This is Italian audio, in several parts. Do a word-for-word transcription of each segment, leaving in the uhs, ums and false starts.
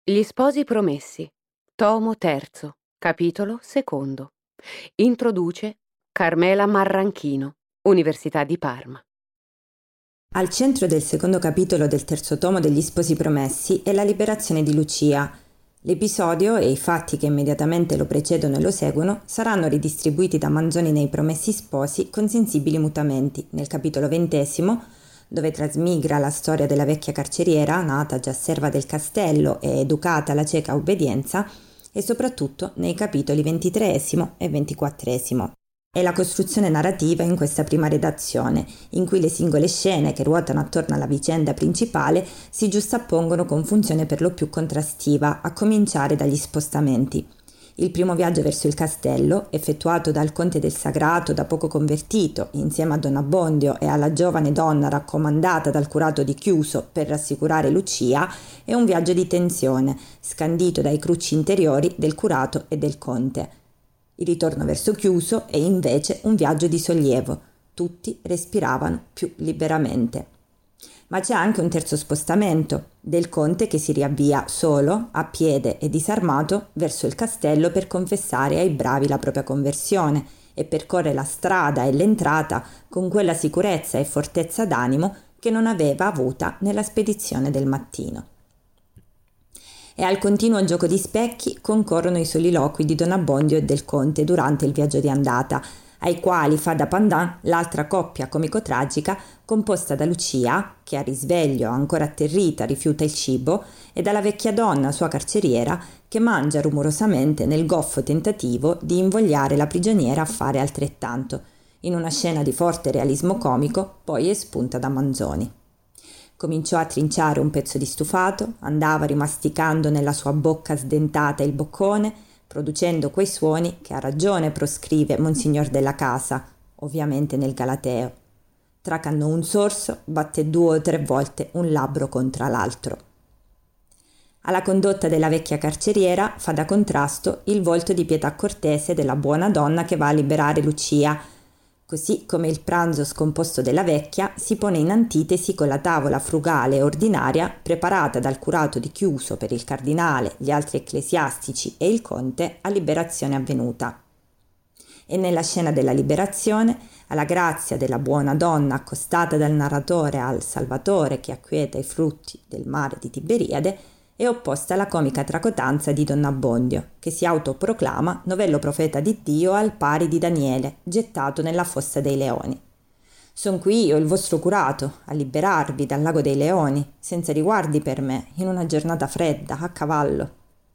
Gli sposi promessi, tomo terzo, capitolo secondo. Introduce Carmela Marranchino, Università di Parma. Al centro del secondo capitolo del terzo tomo degli Sposi Promessi è la liberazione di Lucia. L'episodio e i fatti che immediatamente lo precedono e lo seguono saranno ridistribuiti da Manzoni nei Promessi Sposi con sensibili mutamenti nel capitolo ventesimo, dove trasmigra la storia della vecchia carceriera, nata già serva del castello e educata alla cieca obbedienza, e soprattutto nei capitoli ventitreesimo e ventiquattresimo. È la costruzione narrativa in questa prima redazione, in cui le singole scene che ruotano attorno alla vicenda principale si giustappongono con funzione per lo più contrastiva, a cominciare dagli spostamenti. Il primo viaggio verso il castello, effettuato dal conte del Sagrato da poco convertito, insieme a Don Abbondio e alla giovane donna raccomandata dal curato di Chiuso per rassicurare Lucia, è un viaggio di tensione, scandito dai crucci interiori del curato e del conte. Il ritorno verso Chiuso è invece un viaggio di sollievo. Tutti respiravano più liberamente. Ma c'è anche un terzo spostamento, del conte che si riavvia solo, a piede e disarmato, verso il castello per confessare ai bravi la propria conversione e percorre la strada e l'entrata con quella sicurezza e fortezza d'animo che non aveva avuta nella spedizione del mattino. E al continuo gioco di specchi concorrono i soliloqui di Don Abbondio e del conte durante il viaggio di andata, ai quali fa da pandan l'altra coppia comico-tragica composta da Lucia, che a risveglio ancora atterrita rifiuta il cibo, e dalla vecchia donna, sua carceriera, che mangia rumorosamente nel goffo tentativo di invogliare la prigioniera a fare altrettanto, in una scena di forte realismo comico, poi espunta da Manzoni. Cominciò a trinciare un pezzo di stufato, andava rimasticando nella sua bocca sdentata il boccone, producendo quei suoni che a ragione proscrive Monsignor della Casa, ovviamente nel Galateo. Tracannò un sorso, batté due o tre volte un labbro contro l'altro. Alla condotta della vecchia carceriera fa da contrasto il volto di pietà cortese della buona donna che va a liberare Lucia, così come il pranzo scomposto della vecchia si pone in antitesi con la tavola frugale e ordinaria preparata dal curato di Chiuso per il cardinale, gli altri ecclesiastici e il conte a liberazione avvenuta. E nella scena della liberazione, alla grazia della buona donna accostata dal narratore al Salvatore che acquieta i frutti del mare di Tiberiade, è opposta la comica tracotanza di Don Abbondio, che si autoproclama novello profeta di Dio al pari di Daniele, gettato nella fossa dei leoni. Son qui io, il vostro curato, a liberarvi dal lago dei leoni, senza riguardi per me, in una giornata fredda, a cavallo.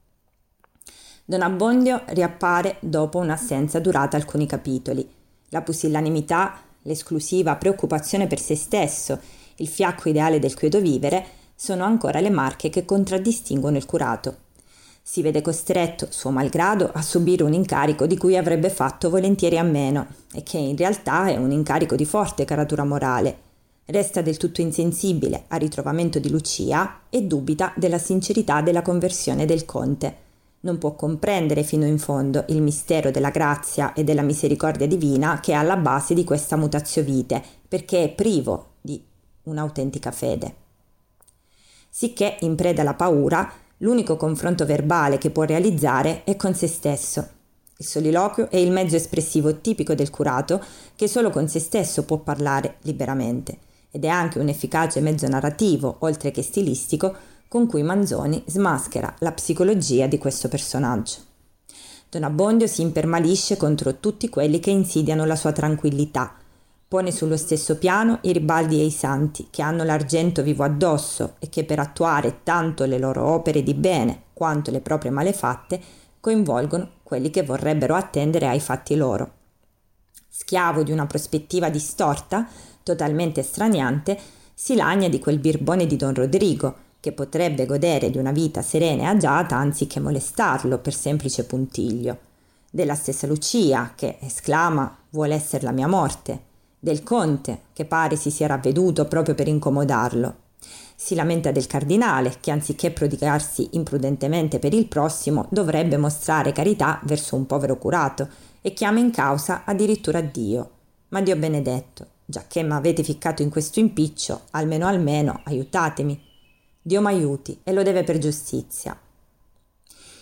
Don Abbondio riappare dopo un'assenza durata alcuni capitoli. La pusillanimità, l'esclusiva preoccupazione per se stesso, il fiacco ideale del quieto vivere, sono ancora le marche che contraddistinguono il curato. Si vede costretto, suo malgrado, a subire un incarico di cui avrebbe fatto volentieri a meno e che in realtà è un incarico di forte caratura morale. Resta del tutto insensibile al ritrovamento di Lucia e dubita della sincerità della conversione del conte. Non può comprendere fino in fondo il mistero della grazia e della misericordia divina che è alla base di questa mutatio vitae, perché è privo di un'autentica fede. Sicché, in preda alla paura, l'unico confronto verbale che può realizzare è con se stesso. Il soliloquio è il mezzo espressivo tipico del curato che solo con se stesso può parlare liberamente, ed è anche un efficace mezzo narrativo, oltre che stilistico, con cui Manzoni smaschera la psicologia di questo personaggio. Don Abbondio si impermalisce contro tutti quelli che insidiano la sua tranquillità. Pone sullo stesso piano i ribaldi e i santi, che hanno l'argento vivo addosso e che per attuare tanto le loro opere di bene quanto le proprie malefatte coinvolgono quelli che vorrebbero attendere ai fatti loro. Schiavo di una prospettiva distorta, totalmente straniante, si lagna di quel birbone di Don Rodrigo, che potrebbe godere di una vita serena e agiata anziché molestarlo per semplice puntiglio. Della stessa Lucia, che esclama «vuole essere la mia morte», del conte, che pare si sia ravveduto proprio per incomodarlo. Si lamenta del cardinale, che anziché prodigarsi imprudentemente per il prossimo, dovrebbe mostrare carità verso un povero curato, e chiama in causa addirittura Dio. Ma Dio benedetto, giacché m'avete ficcato in questo impiccio, almeno almeno aiutatemi. Dio m'aiuti, e lo deve per giustizia.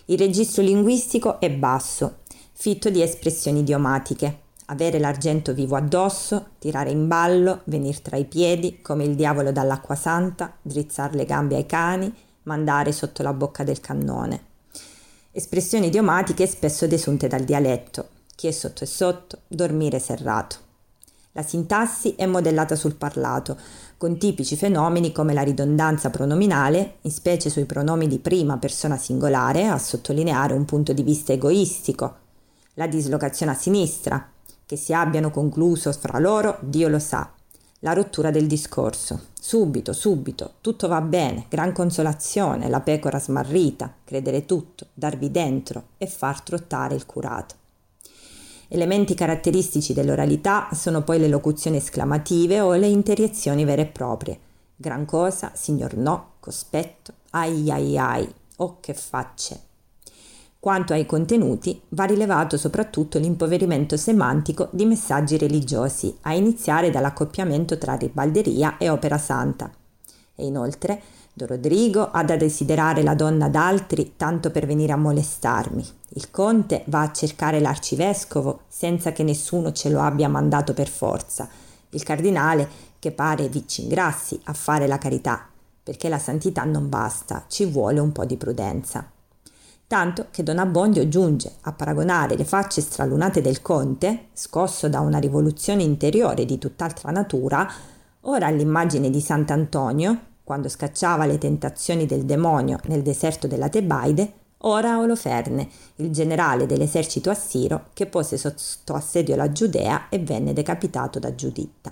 Il registro linguistico è basso, fitto di espressioni idiomatiche. Avere l'argento vivo addosso, tirare in ballo, venir tra i piedi, come il diavolo dall'acqua santa, drizzar le gambe ai cani, mandare sotto la bocca del cannone. Espressioni idiomatiche spesso desunte dal dialetto. Chi è sotto è sotto, dormire serrato. La sintassi è modellata sul parlato, con tipici fenomeni come la ridondanza pronominale, in specie sui pronomi di prima persona singolare, a sottolineare un punto di vista egoistico, la dislocazione a sinistra, che si abbiano concluso fra loro, Dio lo sa, la rottura del discorso, subito, subito, tutto va bene, gran consolazione, la pecora smarrita, credere tutto, darvi dentro e far trottare il curato. Elementi caratteristici dell'oralità sono poi le locuzioni esclamative o le interiezioni vere e proprie. Gran cosa, signor no, cospetto, ai ai ai, oh che facce. Quanto ai contenuti, va rilevato soprattutto l'impoverimento semantico di messaggi religiosi, a iniziare dall'accoppiamento tra ribalderia e opera santa. E inoltre, Don Rodrigo ha da desiderare la donna d'altri tanto per venire a molestarmi. Il conte va a cercare l'arcivescovo senza che nessuno ce lo abbia mandato per forza. Il cardinale che pare Viccingrassi a fare la carità, perché la santità non basta, ci vuole un po' di prudenza. Tanto che Don Abbondio giunge a paragonare le facce stralunate del conte, scosso da una rivoluzione interiore di tutt'altra natura, ora all'immagine di Sant'Antonio, quando scacciava le tentazioni del demonio nel deserto della Tebaide, ora a Oloferne, il generale dell'esercito assiro che pose sotto assedio la Giudea e venne decapitato da Giuditta.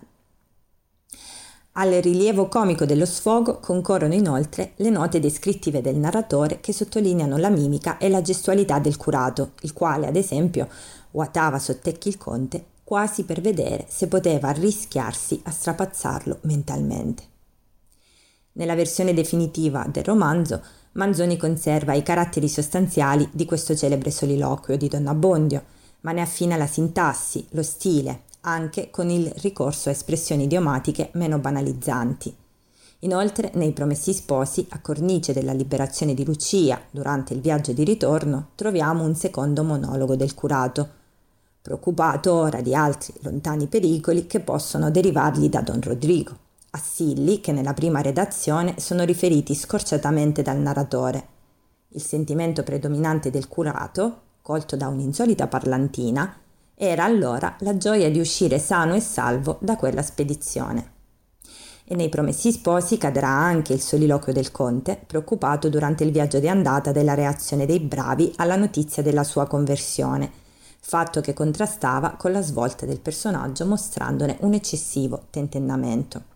Al rilievo comico dello sfogo concorrono inoltre le note descrittive del narratore che sottolineano la mimica e la gestualità del curato, il quale, ad esempio, guatava sottecchi il conte quasi per vedere se poteva arrischiarsi a strapazzarlo mentalmente. Nella versione definitiva del romanzo, Manzoni conserva i caratteri sostanziali di questo celebre soliloquio di Don Abbondio, ma ne affina la sintassi, lo stile, anche con il ricorso a espressioni idiomatiche meno banalizzanti. Inoltre, nei Promessi Sposi, a cornice della liberazione di Lucia durante il viaggio di ritorno, troviamo un secondo monologo del curato, preoccupato ora di altri lontani pericoli che possono derivargli da Don Rodrigo, assilli che nella prima redazione sono riferiti scorciatamente dal narratore. Il sentimento predominante del curato, colto da un'insolita parlantina, era allora la gioia di uscire sano e salvo da quella spedizione. E nei Promessi Sposi cadrà anche il soliloquio del conte, preoccupato durante il viaggio di andata della reazione dei bravi alla notizia della sua conversione, fatto che contrastava con la svolta del personaggio mostrandone un eccessivo tentennamento.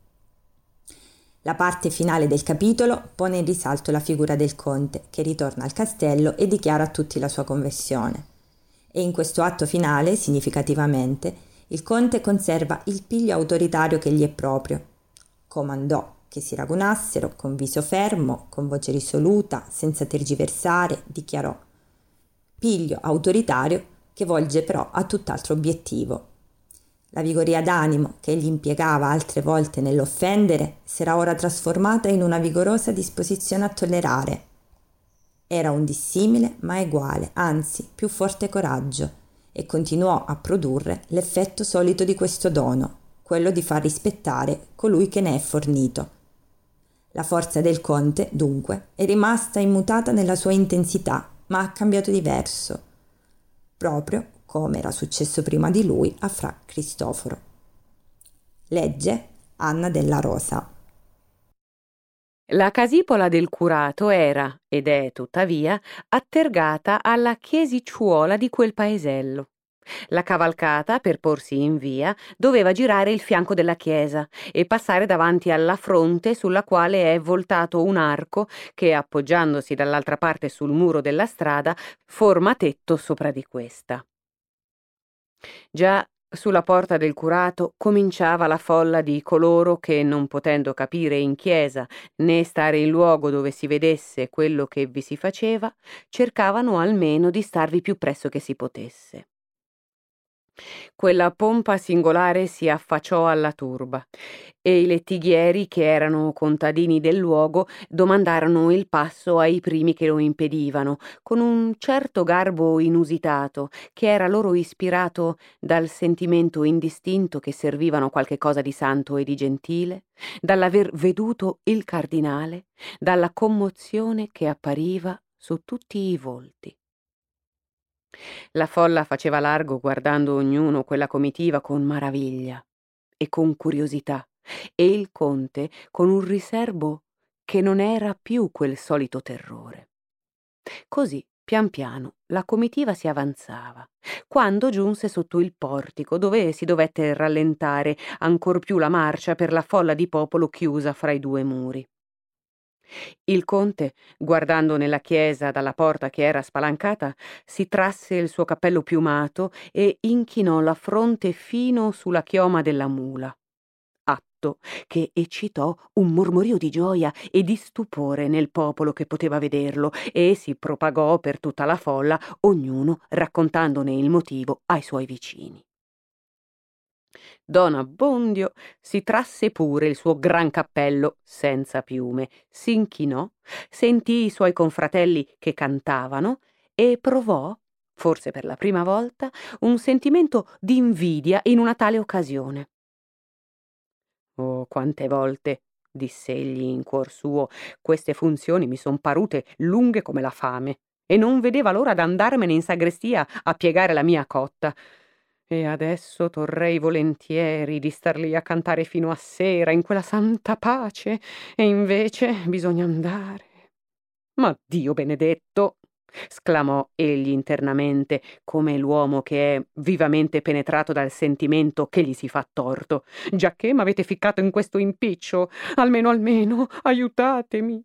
La parte finale del capitolo pone in risalto la figura del conte, che ritorna al castello e dichiara a tutti la sua conversione. E in questo atto finale, significativamente, il conte conserva il piglio autoritario che gli è proprio. Comandò che si ragunassero con viso fermo, con voce risoluta, senza tergiversare, dichiarò. Piglio autoritario che volge però a tutt'altro obiettivo. La vigoria d'animo che egli impiegava altre volte nell'offendere s'era ora trasformata in una vigorosa disposizione a tollerare. Era un dissimile ma eguale, anzi più forte coraggio, e continuò a produrre l'effetto solito di questo dono, quello di far rispettare colui che ne è fornito. La forza del conte, dunque, è rimasta immutata nella sua intensità, ma ha cambiato di verso, proprio come era successo prima di lui a Fra Cristoforo. Legge Anna della Rosa. La casipola del curato era, ed è tuttavia, attergata alla chiesicciuola di quel paesello. La cavalcata, per porsi in via, doveva girare il fianco della chiesa e passare davanti alla fronte sulla quale è voltato un arco che, appoggiandosi dall'altra parte sul muro della strada, forma tetto sopra di questa. Già sulla porta del curato cominciava la folla di coloro che, non potendo capire in chiesa né stare in luogo dove si vedesse quello che vi si faceva, cercavano almeno di starvi più presso che si potesse. Quella pompa singolare si affacciò alla turba e i lettighieri, che erano contadini del luogo, domandarono il passo ai primi che lo impedivano, con un certo garbo inusitato, che era loro ispirato dal sentimento indistinto che servivano qualche cosa di santo e di gentile, dall'aver veduto il cardinale, dalla commozione che appariva su tutti i volti. La folla faceva largo guardando ognuno quella comitiva con maraviglia e con curiosità, e il conte con un riserbo che non era più quel solito terrore. Così, pian piano, la comitiva si avanzava, quando giunse sotto il portico, dove si dovette rallentare ancor più la marcia per la folla di popolo chiusa fra i due muri. Il conte, guardando nella chiesa dalla porta che era spalancata, si trasse il suo cappello piumato e inchinò la fronte fino sulla chioma della mula, atto che eccitò un mormorio di gioia e di stupore nel popolo che poteva vederlo, e si propagò per tutta la folla, ognuno raccontandone il motivo ai suoi vicini. Don Abbondio si trasse pure il suo gran cappello senza piume, s'inchinò, sentì i suoi confratelli che cantavano e provò, forse per la prima volta, un sentimento di invidia in una tale occasione. «Oh, quante volte», diss'egli in cuor suo, «queste funzioni mi son parute lunghe come la fame, e non vedeva l'ora d'andarmene in sagrestia a piegare la mia cotta. E adesso torrei volentieri di star lì a cantare fino a sera in quella santa pace, e invece bisogna andare. Ma Dio benedetto!» sclamò egli internamente, come l'uomo che è vivamente penetrato dal sentimento che gli si fa torto. «Giacché m'avete ficcato in questo impiccio, almeno almeno aiutatemi!»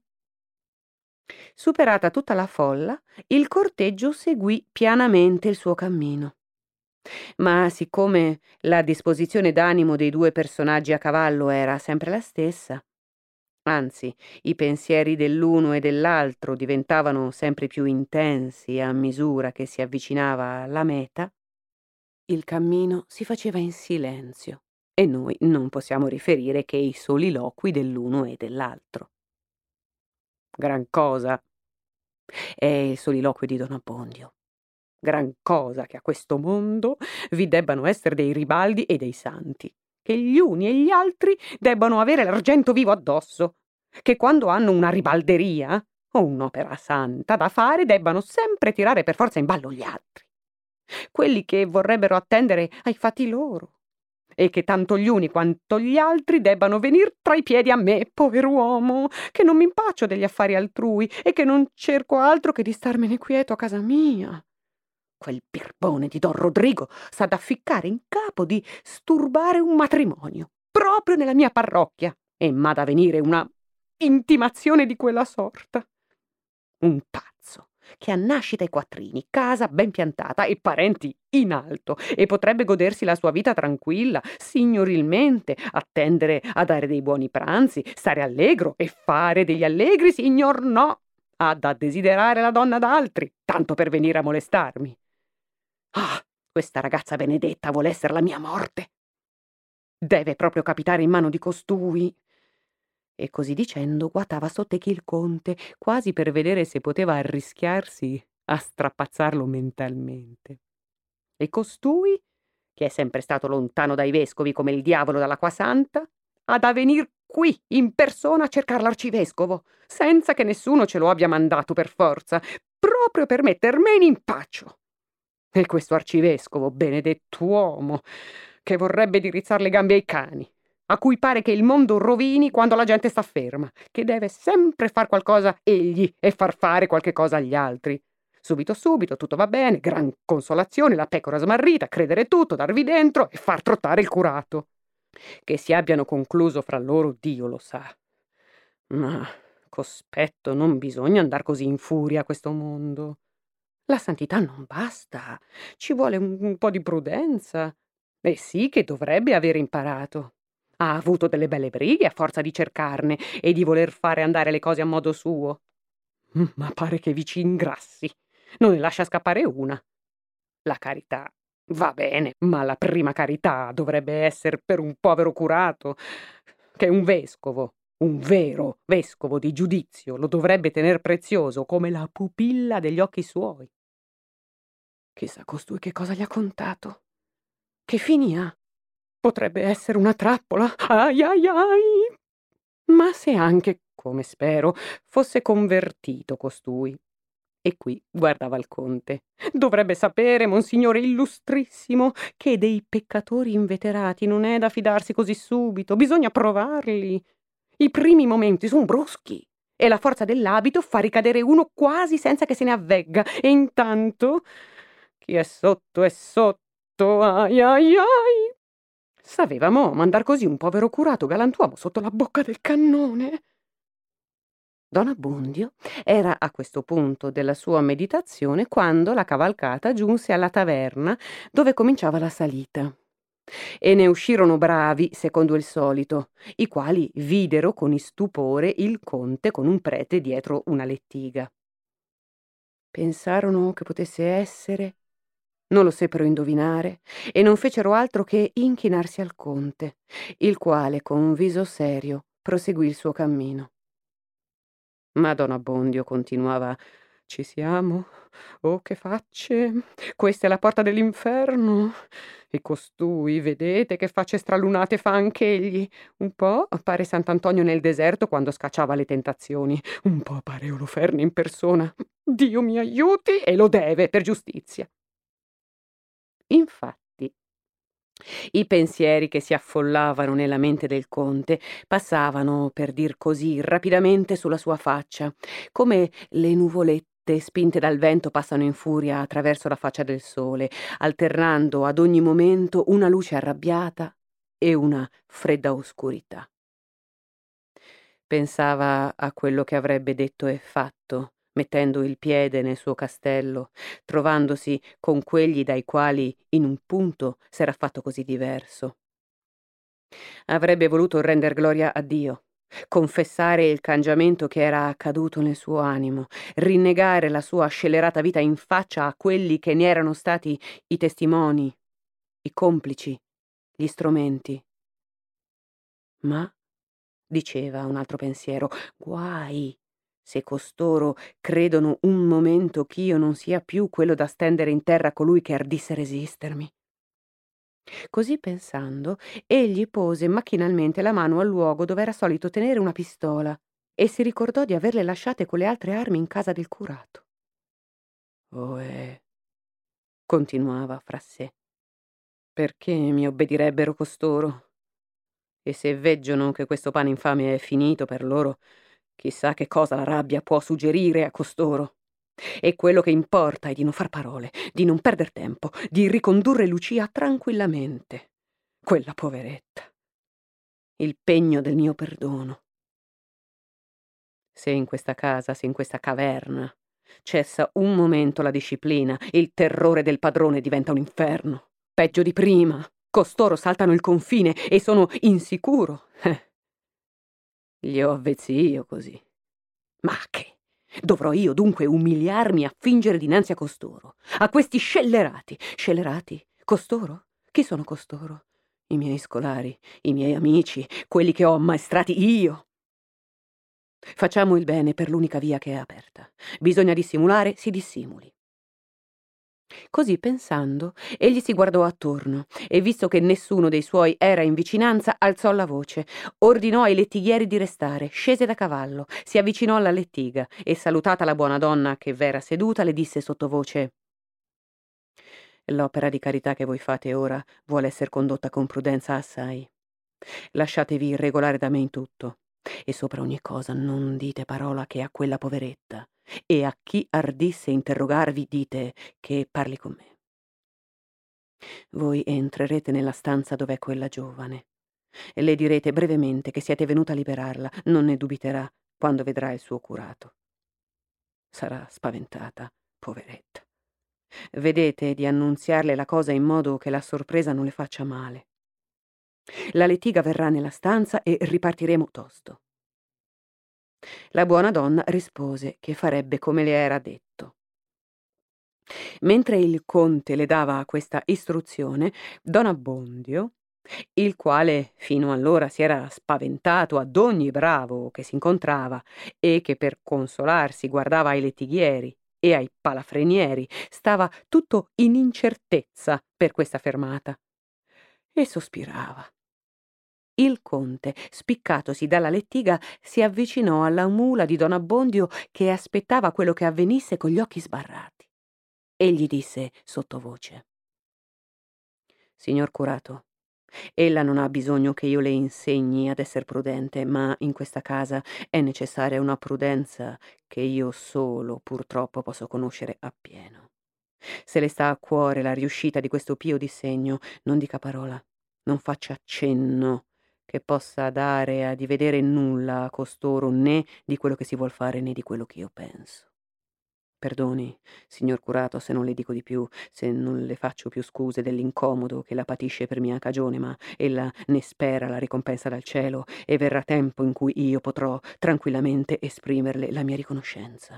Superata tutta la folla, il corteggio seguì pianamente il suo cammino. Ma siccome la disposizione d'animo dei due personaggi a cavallo era sempre la stessa, anzi, i pensieri dell'uno e dell'altro diventavano sempre più intensi a misura che si avvicinava alla meta, il cammino si faceva in silenzio e noi non possiamo riferire che i soliloqui dell'uno e dell'altro. Gran cosa è il soliloquio di Don Abbondio. Gran cosa che a questo mondo vi debbano essere dei Ribaldi e dei santi, che gli uni e gli altri debbano avere l'argento vivo addosso, che quando hanno una ribalderia o un'opera santa da fare debbano sempre tirare per forza in ballo gli altri, quelli che vorrebbero attendere ai fatti loro, e che tanto gli uni quanto gli altri debbano venir tra i piedi a me, pover'uomo, che non mi impaccio degli affari altrui e che non cerco altro che di starmene quieto a casa mia. Quel birbone di Don Rodrigo s'ha da ficcare in capo di sturbare un matrimonio, proprio nella mia parrocchia, e m'ha da venire una intimazione di quella sorta. Un pazzo, che ha nascita ai quattrini, casa ben piantata e parenti in alto, e potrebbe godersi la sua vita tranquilla, signorilmente, attendere a dare dei buoni pranzi, stare allegro e fare degli allegri, signor no! Ha da desiderare la donna d'altri, tanto per venire a molestarmi. Ah, questa ragazza benedetta vuole essere la mia morte. Deve proprio capitare in mano di costui. E così dicendo guatava sottecchi il conte, quasi per vedere se poteva arrischiarsi a strappazzarlo mentalmente. E costui, che è sempre stato lontano dai vescovi come il diavolo dall'acqua santa, ha da venir qui in persona a cercar l'arcivescovo, senza che nessuno ce lo abbia mandato per forza, proprio per mettermene in impaccio. E questo arcivescovo, benedett'uomo, che vorrebbe dirizzar le gambe ai cani, a cui pare che il mondo rovini quando la gente sta ferma, che deve sempre far qualcosa egli e far fare qualche cosa agli altri. Subito subito, tutto va bene, gran consolazione, la pecora smarrita, credere tutto, darvi dentro e far trottare il curato. Che si abbiano concluso fra loro, Dio lo sa. Ma, cospetto, non bisogna andar così in furia a questo mondo. La santità non basta, ci vuole un, un po' di prudenza. E sì che dovrebbe aver imparato. Ha avuto delle belle brighe a forza di cercarne e di voler fare andare le cose a modo suo. Ma pare che vi ci ingrassi, non ne lascia scappare una. La carità Va bene, ma la prima carità dovrebbe essere per un povero curato, che un vescovo, un vero vescovo di giudizio, lo dovrebbe tener prezioso come la pupilla degli occhi suoi. Chissà costui che cosa gli ha contato. Che fini ha? Potrebbe essere una trappola. Ai ai ai! Ma se anche, come spero, fosse convertito costui. E qui guardava il conte. Dovrebbe sapere, monsignore illustrissimo, che dei peccatori inveterati non è da fidarsi così subito. Bisogna provarli. I primi momenti sono bruschi e la forza dell'abito fa ricadere uno quasi senza che se ne avvegga. E intanto chi è sotto è sotto. Ai ai ai! Sapeva mo mandar così un povero curato galantuomo sotto la bocca del cannone? Don Abbondio era a questo punto della sua meditazione quando la cavalcata giunse alla taverna dove cominciava la salita. E ne uscirono bravi, secondo il solito, i quali videro con istupore il conte con un prete dietro una lettiga. Pensarono che potesse essere, non lo seppero indovinare e non fecero altro che inchinarsi al conte, il quale con un viso serio proseguì il suo cammino. Ma don Abbondio continuava: «Ci siamo? Oh, che facce! Questa è la porta dell'inferno. E costui, vedete che facce stralunate fa anch'egli. Un po' pare Sant'Antonio nel deserto quando scacciava le tentazioni, un po' pare Oloferne in persona. Dio mi aiuti, e lo deve, per giustizia». Infatti, i pensieri che si affollavano nella mente del conte passavano, per dir così, rapidamente sulla sua faccia, come le nuvolette spinte dal vento passano in furia attraverso la faccia del sole, alternando ad ogni momento una luce arrabbiata e una fredda oscurità. Pensava a quello che avrebbe detto e fatto, mettendo il piede nel suo castello, trovandosi con quegli dai quali in un punto s'era fatto così diverso. Avrebbe voluto render gloria a Dio, confessare il cangiamento che era accaduto nel suo animo, rinnegare la sua scellerata vita in faccia a quelli che ne erano stati i testimoni, i complici, gli stromenti. Ma, diceva un altro pensiero, guai se costoro credono un momento ch'io non sia più quello da stendere in terra a colui che ardisse resistermi. Così pensando, egli pose macchinalmente la mano al luogo dove era solito tenere una pistola e si ricordò di averle lasciate con le altre armi in casa del curato. Ohè, continuava fra sé, perché mi obbedirebbero costoro? E se veggiono che questo pane infame è finito per loro, chissà che cosa la rabbia può suggerire a costoro. E quello che importa è di non far parole, di non perder tempo, di ricondurre Lucia tranquillamente, quella poveretta, il pegno del mio perdono. Se in questa casa, se in questa caverna, cessa un momento la disciplina, il terrore del padrone diventa un inferno. Peggio di prima, costoro saltano il confine e sono insicuro. Eh. Gli ho avvezzi io così. Ma che? Dovrò io dunque umiliarmi a fingere dinanzi a costoro, a questi scellerati. Scellerati? Costoro? Chi sono costoro? I miei scolari, i miei amici, quelli che ho ammaestrati io. Facciamo il bene per l'unica via che è aperta. Bisogna dissimulare, si dissimuli. Così pensando, egli si guardò attorno e, visto che nessuno dei suoi era in vicinanza, alzò la voce, ordinò ai lettighieri di restare, scese da cavallo, si avvicinò alla lettiga e, salutata la buona donna che v'era seduta, le disse sottovoce: «L'opera di carità che voi fate ora vuole esser condotta con prudenza assai. Lasciatevi regolare da me in tutto, e sopra ogni cosa non dite parola che a quella poveretta, e a chi ardisse interrogarvi dite che parli con me. Voi entrerete nella stanza dov'è quella giovane e le direte brevemente che siete venuta a liberarla, non ne dubiterà quando vedrà il suo curato. Sarà spaventata, poveretta. Vedete di annunziarle la cosa in modo che la sorpresa non le faccia male. La lettiga verrà nella stanza e ripartiremo tosto». La buona donna rispose che farebbe come le era detto. Mentre il conte le dava questa istruzione, don Abbondio, il quale fino allora si era spaventato ad ogni bravo che si incontrava e che per consolarsi guardava ai lettighieri e ai palafrenieri, stava tutto in incertezza per questa fermata e sospirava. Il conte, spiccatosi dalla lettiga, si avvicinò alla mula di don Abbondio che aspettava quello che avvenisse con gli occhi sbarrati. E gli disse sottovoce: «Signor curato, ella non ha bisogno che io le insegni ad esser prudente, ma in questa casa è necessaria una prudenza che io solo, purtroppo, posso conoscere appieno. Se le sta a cuore la riuscita di questo pio disegno, non dica parola, non faccia cenno che possa dare a di vedere nulla a costoro, né di quello che si vuol fare, né di quello che io penso. Perdoni, signor curato, se non le dico di più, se non le faccio più scuse dell'incomodo che la patisce per mia cagione, ma ella ne spera la ricompensa dal cielo e verrà tempo in cui io potrò tranquillamente esprimerle la mia riconoscenza».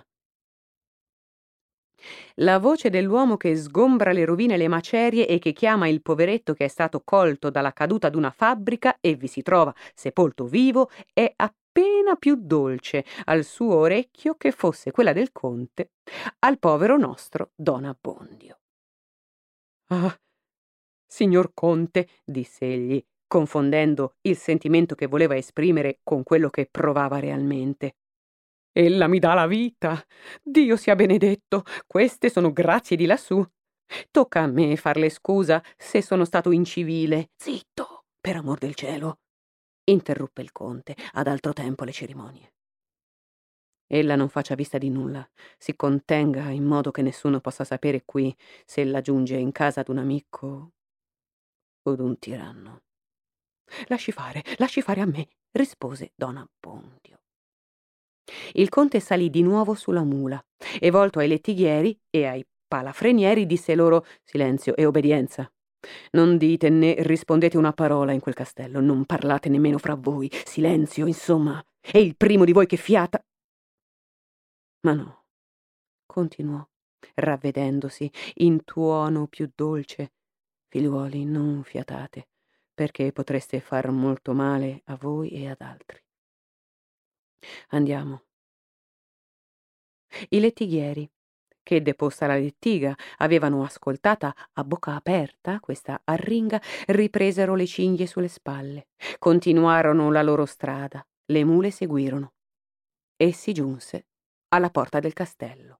La voce dell'uomo che sgombra le rovine e le macerie e che chiama il poveretto che è stato colto dalla caduta d'una fabbrica e vi si trova sepolto vivo è appena più dolce al suo orecchio che fosse quella del conte al povero nostro don Abbondio. «Ah, signor conte», disse egli, confondendo il sentimento che voleva esprimere con quello che provava realmente, «ella mi dà la vita. Dio sia benedetto, queste sono grazie di lassù. Tocca a me farle scusa se sono stato incivile». «Zitto, per amor del cielo», interruppe il conte, «ad altro tempo le cerimonie. Ella non faccia vista di nulla, si contenga in modo che nessuno possa sapere qui se ella giunge in casa d'un amico o d'un tiranno». «Lasci fare, lasci fare a me», rispose don Abbondio. Il conte salì di nuovo sulla mula e, volto ai lettighieri e ai palafrenieri, disse loro: «Silenzio e obbedienza. Non dite né rispondete una parola in quel castello, non parlate nemmeno fra voi. Silenzio, insomma, e il primo di voi che fiata». Ma no, continuò, ravvedendosi in tuono più dolce: «Figliuoli, non fiatate, perché potreste far molto male a voi e ad altri. Andiamo». I lettighieri, che deposta la lettiga avevano ascoltata a bocca aperta questa arringa, ripresero le cinghie sulle spalle, continuarono la loro strada, le mule seguirono e si giunse alla porta del castello.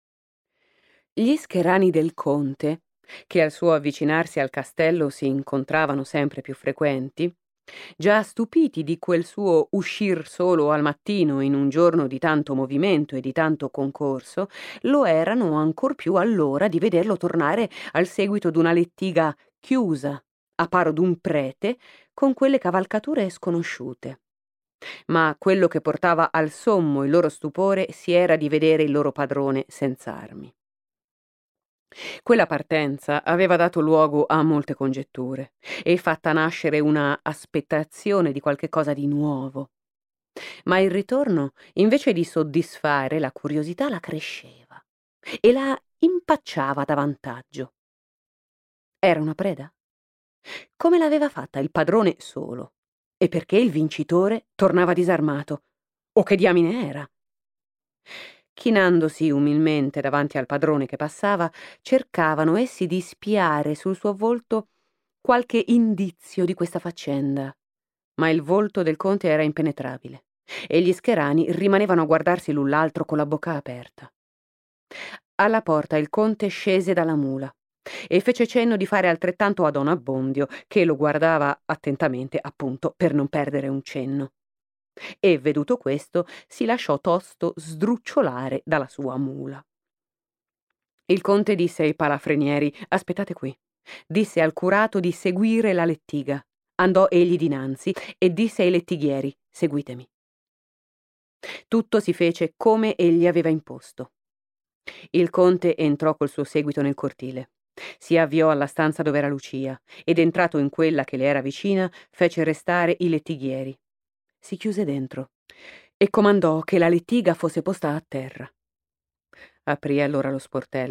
Gli scherani del conte, che al suo avvicinarsi al castello si incontravano sempre più frequenti, già stupiti di quel suo uscir solo al mattino in un giorno di tanto movimento e di tanto concorso, lo erano ancor più allora di vederlo tornare al seguito d'una lettiga chiusa, a paro d'un prete, con quelle cavalcature sconosciute. Ma quello che portava al sommo il loro stupore si era di vedere il loro padrone senz'armi. Quella partenza aveva dato luogo a molte congetture e fatta nascere una aspettazione di qualche cosa di nuovo. Ma il ritorno, invece di soddisfare la curiosità, la cresceva e la impacciava da vantaggio. Era una preda? Come l'aveva fatta il padrone solo? E perché il vincitore tornava disarmato? O che diamine era? Chinandosi umilmente davanti al padrone che passava, cercavano essi di spiare sul suo volto qualche indizio di questa faccenda, ma il volto del conte era impenetrabile e gli scherani rimanevano a guardarsi l'un l'altro con la bocca aperta. Alla porta il conte scese dalla mula e fece cenno di fare altrettanto a don Abbondio, che lo guardava attentamente, appunto per non perdere un cenno. E, veduto questo, si lasciò tosto sdrucciolare dalla sua mula. Il conte disse ai palafrenieri: «Aspettate qui». Disse al curato di seguire la lettiga. Andò egli dinanzi e disse ai lettighieri: «Seguitemi». Tutto si fece come egli aveva imposto. Il conte entrò col suo seguito nel cortile. Si avviò alla stanza dove era Lucia ed, entrato in quella che le era vicina, fece restare i lettighieri. Si chiuse dentro e comandò che la lettiga fosse posta a terra. Aprì allora lo sportello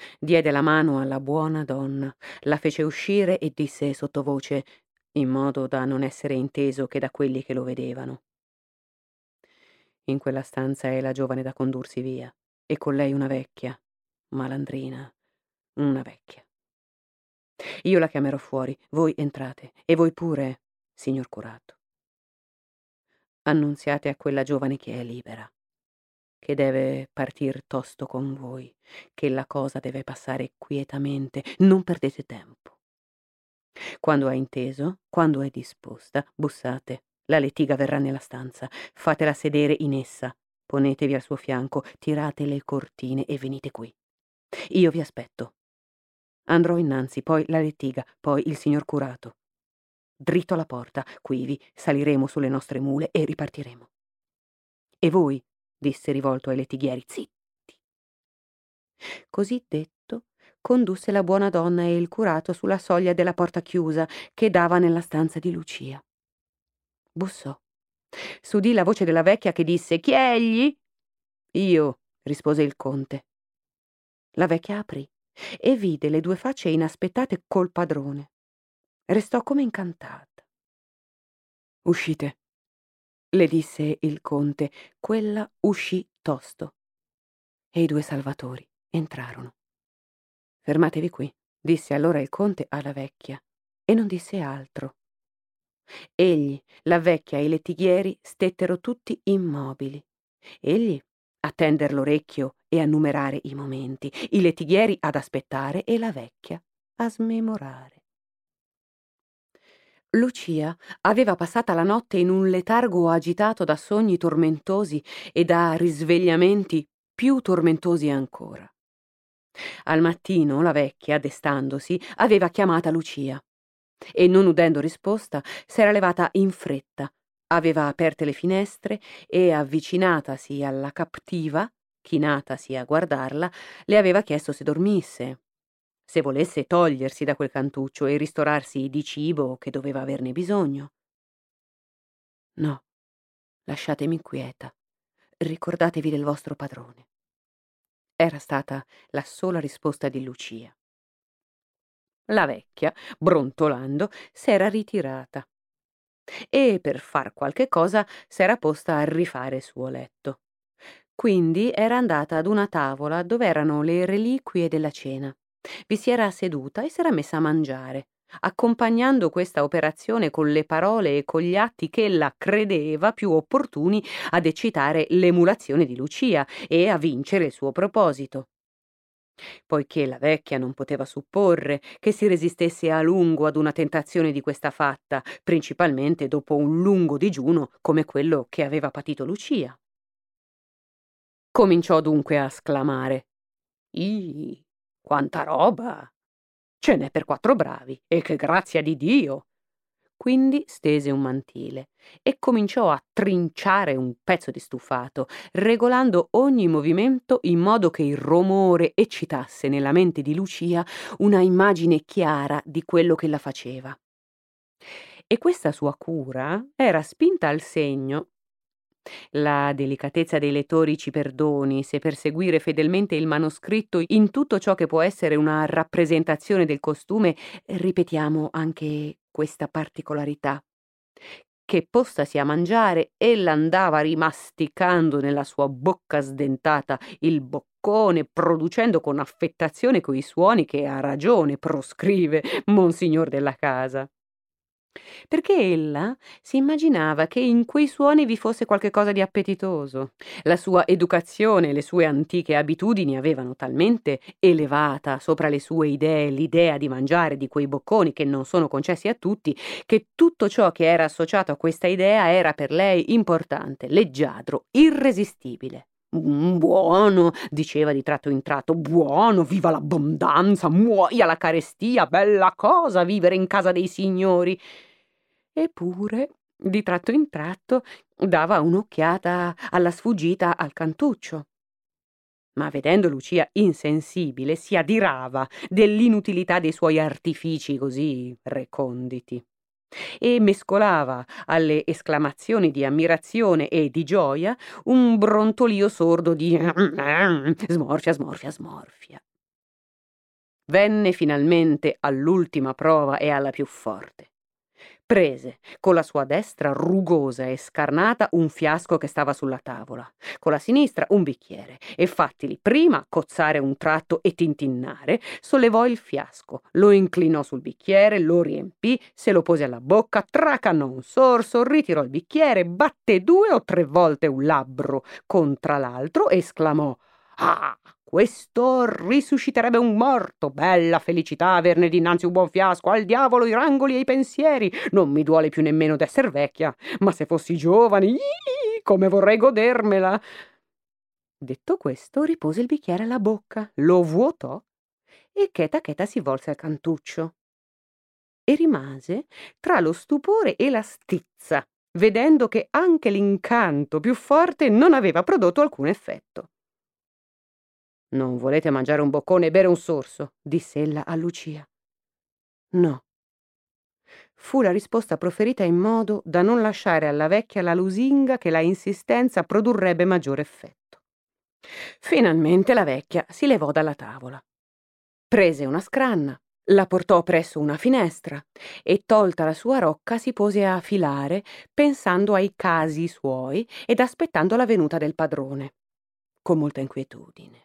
Diede la mano alla buona donna, la fece uscire e disse sottovoce, in modo da non essere inteso che da quelli che lo vedevano: «In quella stanza è la giovane da condursi via, e con lei una vecchia, malandrina, una vecchia. Io la chiamerò fuori, voi entrate, e voi pure, signor curato. Annunziate a quella giovane che è libera, che deve partir tosto con voi, che la cosa deve passare quietamente, non perdete tempo. Quando ha inteso, quando è disposta, bussate, la lettiga verrà nella stanza, fatela sedere in essa, ponetevi al suo fianco, tirate le cortine e venite qui. Io vi aspetto. Andrò innanzi, poi la lettiga, poi il signor curato. Dritto alla porta, quivi saliremo sulle nostre mule e ripartiremo. E voi, disse rivolto ai lettighieri, zitti. Così detto, condusse la buona donna e il curato sulla soglia della porta chiusa che dava nella stanza di Lucia. Bussò. S'udì la voce della vecchia che disse: «Chi egli?» «Io», rispose il conte. La vecchia aprì e vide le due facce inaspettate col padrone. Restò come incantata. «Uscite», le disse il conte. Quella uscì tosto e i due salvatori entrarono. «Fermatevi qui», disse allora il conte alla vecchia, e non disse altro. Egli, la vecchia e i lettighieri stettero tutti immobili. Egli a tender l'orecchio e a numerare i momenti, i lettighieri ad aspettare e la vecchia a smemorare. Lucia aveva passata la notte in un letargo agitato da sogni tormentosi e da risvegliamenti più tormentosi ancora. Al mattino la vecchia, destandosi, aveva chiamata Lucia e, non udendo risposta, s'era levata in fretta, aveva aperte le finestre e, avvicinatasi alla captiva, chinatasi a guardarla, le aveva chiesto se dormisse, se volesse togliersi da quel cantuccio e ristorarsi di cibo che doveva averne bisogno. «No, lasciatemi quieta, ricordatevi del vostro padrone», era stata la sola risposta di Lucia. La vecchia, brontolando, s'era ritirata e, per far qualche cosa, s'era posta a rifare il suo letto. Quindi era andata ad una tavola dove erano le reliquie della cena. Vi si era seduta e s'era messa a mangiare, accompagnando questa operazione con le parole e con gli atti che ella credeva più opportuni ad eccitare l'emulazione di Lucia e a vincere il suo proposito. Poiché la vecchia non poteva supporre che si resistesse a lungo ad una tentazione di questa fatta, principalmente dopo un lungo digiuno come quello che aveva patito Lucia. Cominciò dunque a sclamare: «Ih, quanta roba! Ce n'è per quattro bravi, e che grazia di Dio!» Quindi stese un mantile e cominciò a trinciare un pezzo di stufato, regolando ogni movimento in modo che il rumore eccitasse nella mente di Lucia una immagine chiara di quello che la faceva. E questa sua cura era spinta al segno. La delicatezza dei lettori ci perdoni se, per seguire fedelmente il manoscritto in tutto ciò che può essere una rappresentazione del costume, ripetiamo anche questa particolarità, che postasi a mangiare ella andava rimasticando nella sua bocca sdentata il boccone, producendo con affettazione quei suoni che a ragione proscrive monsignor della casa. Perché ella si immaginava che in quei suoni vi fosse qualche cosa di appetitoso. La sua educazione e le sue antiche abitudini avevano talmente elevata sopra le sue idee l'idea di mangiare di quei bocconi che non sono concessi a tutti, che tutto ciò che era associato a questa idea era per lei importante, leggiadro, irresistibile. Mm, buono, diceva di tratto in tratto, buono, viva l'abbondanza, muoia la carestia, bella cosa vivere in casa dei signori. Eppure, di tratto in tratto, dava un'occhiata alla sfuggita al cantuccio. Ma vedendo Lucia insensibile, si adirava dell'inutilità dei suoi artifici così reconditi e mescolava alle esclamazioni di ammirazione e di gioia un brontolio sordo di smorfia, smorfia, smorfia. Venne finalmente all'ultima prova e alla più forte. Prese con la sua destra rugosa e scarnata un fiasco che stava sulla tavola, con la sinistra un bicchiere, e fattili prima cozzare un tratto e tintinnare, sollevò il fiasco, lo inclinò sul bicchiere, lo riempì, se lo pose alla bocca, tracanò un sorso, ritirò il bicchiere, batté due o tre volte un labbro contra l'altro e esclamò: «Ah, questo risusciterebbe un morto! Bella felicità averne dinanzi un buon fiasco! Al diavolo i rangoli e i pensieri! Non mi duole più nemmeno d'esser vecchia, ma se fossi giovane, iii, come vorrei godermela!» Detto questo, ripose il bicchiere alla bocca, lo vuotò e cheta cheta si volse al cantuccio e rimase tra lo stupore e la stizza, vedendo che anche l'incanto più forte non aveva prodotto alcun effetto. «Non volete mangiare un boccone e bere un sorso?» disse ella a Lucia. «No», fu la risposta proferita in modo da non lasciare alla vecchia la lusinga che la insistenza produrrebbe maggiore effetto. Finalmente la vecchia si levò dalla tavola, prese una scranna, la portò presso una finestra e, tolta la sua rocca, si pose a filare, pensando ai casi suoi ed aspettando la venuta del padrone, con molta inquietudine.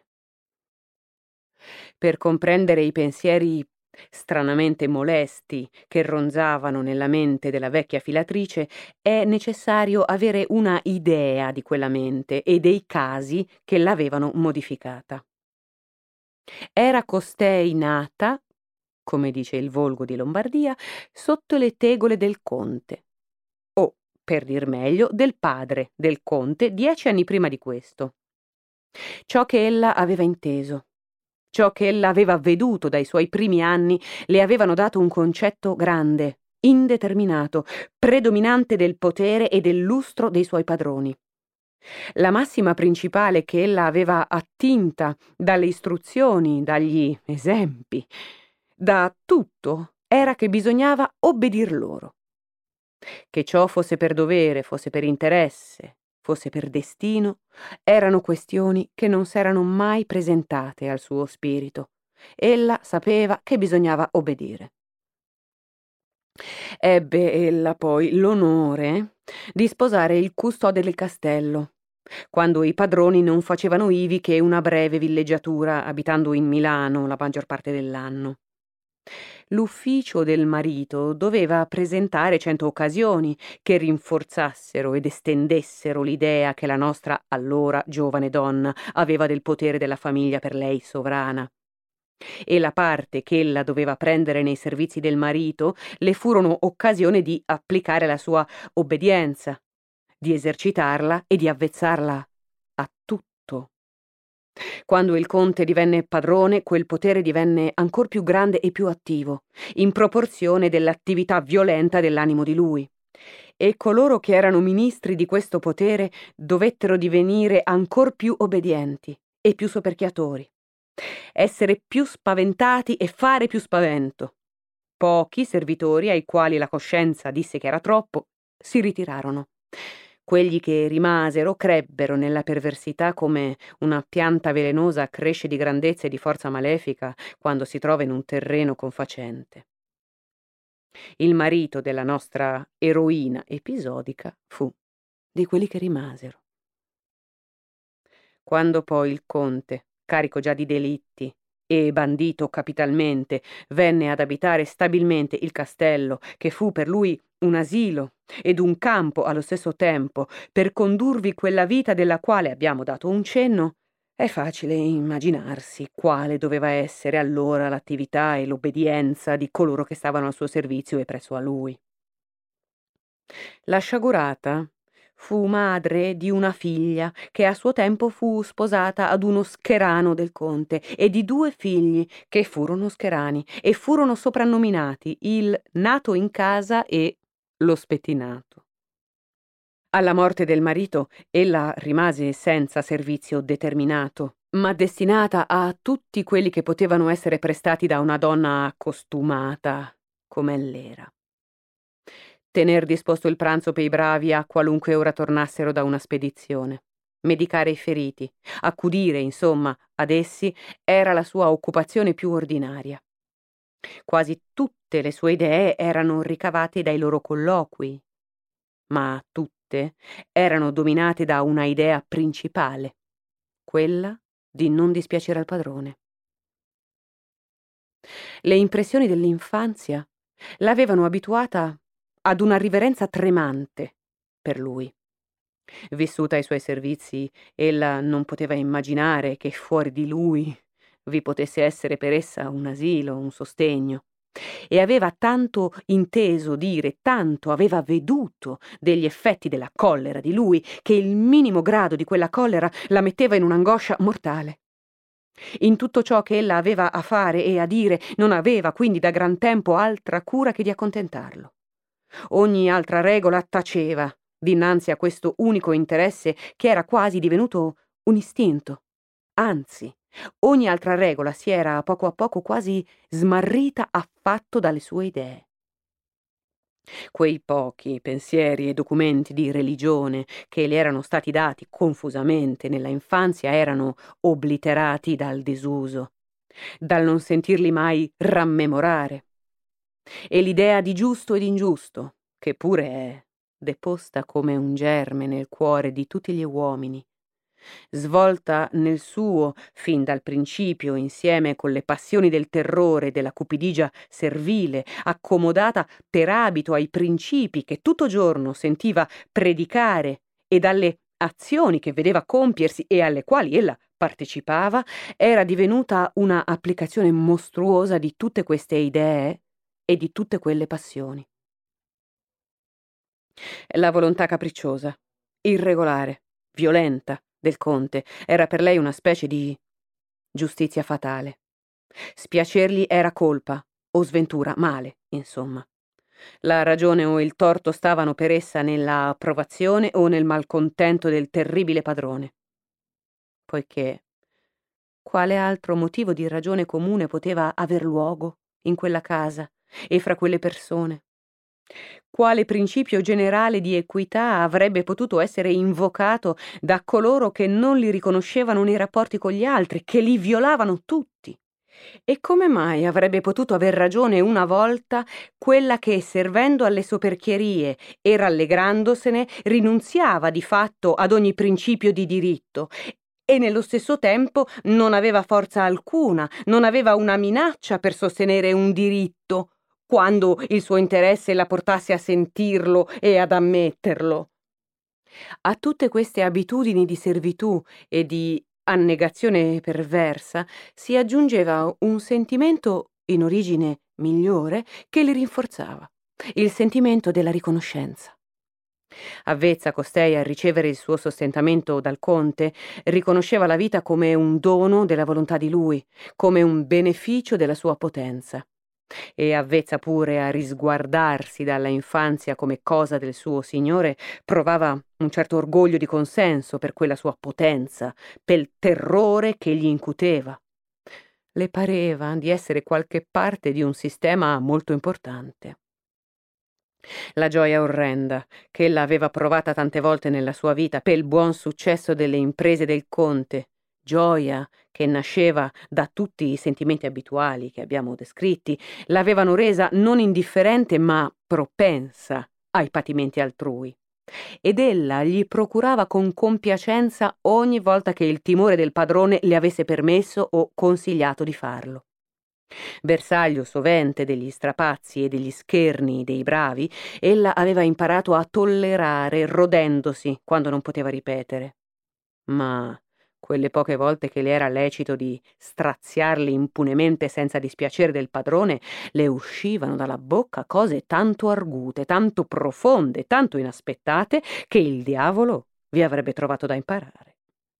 Per comprendere i pensieri stranamente molesti che ronzavano nella mente della vecchia filatrice, è necessario avere una idea di quella mente e dei casi che l'avevano modificata. Era costei nata, come dice il volgo di Lombardia, sotto le tegole del conte, o, per dir meglio, del padre del conte, dieci anni prima di questo. Ciò che ella aveva inteso, ciò che ella aveva veduto dai suoi primi anni, le avevano dato un concetto grande, indeterminato, predominante del potere e del lustro dei suoi padroni. La massima principale che ella aveva attinta dalle istruzioni, dagli esempi, da tutto, era che bisognava obbedir loro. Che ciò fosse per dovere, fosse per interesse, fosse per destino, erano questioni che non s'erano mai presentate al suo spirito. Ella sapeva che bisognava obbedire. Ebbe ella poi l'onore di sposare il custode del castello, quando i padroni non facevano ivi che una breve villeggiatura, abitando in Milano la maggior parte dell'anno. L'ufficio del marito doveva presentare cento occasioni che rinforzassero ed estendessero l'idea che la nostra allora giovane donna aveva del potere della famiglia per lei sovrana. E la parte che ella doveva prendere nei servizi del marito le furono occasione di applicare la sua obbedienza, di esercitarla e di avvezzarla a tutto. Quando il conte divenne padrone, quel potere divenne ancor più grande e più attivo, in proporzione dell'attività violenta dell'animo di lui. E coloro che erano ministri di questo potere dovettero divenire ancor più obbedienti e più soperchiatori, essere più spaventati e fare più spavento. Pochi servitori, ai quali la coscienza disse che era troppo, si ritirarono. Quelli che rimasero crebbero nella perversità come una pianta velenosa cresce di grandezza e di forza malefica quando si trova in un terreno confacente. Il marito della nostra eroina episodica fu di quelli che rimasero. Quando poi il conte, carico già di delitti e bandito capitalmente, venne ad abitare stabilmente il castello, che fu per lui un asilo ed un campo allo stesso tempo, per condurvi quella vita della quale abbiamo dato un cenno, è facile immaginarsi quale doveva essere allora l'attività e l'obbedienza di coloro che stavano al suo servizio e presso a lui. La sciagurata fu madre di una figlia che a suo tempo fu sposata ad uno scherano del conte e di due figli che furono scherani e furono soprannominati il nato in casa e lo spettinato. Alla morte del marito ella rimase senza servizio determinato, ma destinata a tutti quelli che potevano essere prestati da una donna costumata come l'era. Tener disposto il pranzo per i bravi a qualunque ora tornassero da una spedizione, medicare i feriti, accudire, insomma, ad essi era la sua occupazione più ordinaria. Quasi tutte le sue idee erano ricavate dai loro colloqui, ma tutte erano dominate da una idea principale, quella di non dispiacere al padrone. Le impressioni dell'infanzia l'avevano abituata ad una riverenza tremante per lui. Vissuta ai suoi servizi, ella non poteva immaginare che fuori di lui vi potesse essere per essa un asilo, un sostegno, e aveva tanto inteso dire, tanto aveva veduto degli effetti della collera di lui, che il minimo grado di quella collera la metteva in un'angoscia mortale. In tutto ciò che ella aveva a fare e a dire non aveva quindi da gran tempo altra cura che di accontentarlo. Ogni altra regola taceva dinanzi a questo unico interesse che era quasi divenuto un istinto. Anzi, ogni altra regola si era a poco a poco quasi smarrita affatto dalle sue idee. Quei pochi pensieri e documenti di religione che le erano stati dati confusamente nella infanzia erano obliterati dal disuso, dal non sentirli mai rammemorare. E l'idea di giusto e di ingiusto, che pure è deposta come un germe nel cuore di tutti gli uomini, svolta nel suo fin dal principio insieme con le passioni del terrore e della cupidigia servile, accomodata per abito ai principi che tutto giorno sentiva predicare e dalle azioni che vedeva compiersi e alle quali ella partecipava, era divenuta una applicazione mostruosa di tutte queste idee e di tutte quelle passioni. La volontà capricciosa, irregolare, violenta del conte era per lei una specie di giustizia fatale. Spiacergli era colpa o sventura, male, insomma. La ragione o il torto stavano per essa nella approvazione o nel malcontento del terribile padrone. Poiché quale altro motivo di ragione comune poteva aver luogo in quella casa e fra quelle persone? Quale principio generale di equità avrebbe potuto essere invocato da coloro che non li riconoscevano nei rapporti con gli altri, che li violavano tutti? E come mai avrebbe potuto aver ragione una volta quella che, servendo alle soperchierie e rallegrandosene, rinunziava di fatto ad ogni principio di diritto e nello stesso tempo non aveva forza alcuna, non aveva una minaccia per sostenere un diritto, quando il suo interesse la portasse a sentirlo e ad ammetterlo? A tutte queste abitudini di servitù e di annegazione perversa si aggiungeva un sentimento in origine migliore che li rinforzava, il sentimento della riconoscenza. Avvezza costei a ricevere il suo sostentamento dal conte, riconosceva la vita come un dono della volontà di lui, come un beneficio della sua potenza. E avvezza pure a risguardarsi dalla infanzia come cosa del suo signore, provava un certo orgoglio di consenso per quella sua potenza, pel terrore che gli incuteva. Le pareva di essere qualche parte di un sistema molto importante. La gioia orrenda che ella aveva provata tante volte nella sua vita per il buon successo delle imprese del conte, gioia che nasceva da tutti i sentimenti abituali che abbiamo descritti, l'avevano resa non indifferente ma propensa ai patimenti altrui. Ed ella gli procurava con compiacenza ogni volta che il timore del padrone le avesse permesso o consigliato di farlo. Bersaglio sovente degli strapazzi e degli scherni dei bravi, ella aveva imparato a tollerare rodendosi quando non poteva ripetere. Ma quelle poche volte che le era lecito di straziarli impunemente senza dispiacere del padrone, le uscivano dalla bocca cose tanto argute, tanto profonde, tanto inaspettate, che il diavolo vi avrebbe trovato da imparare.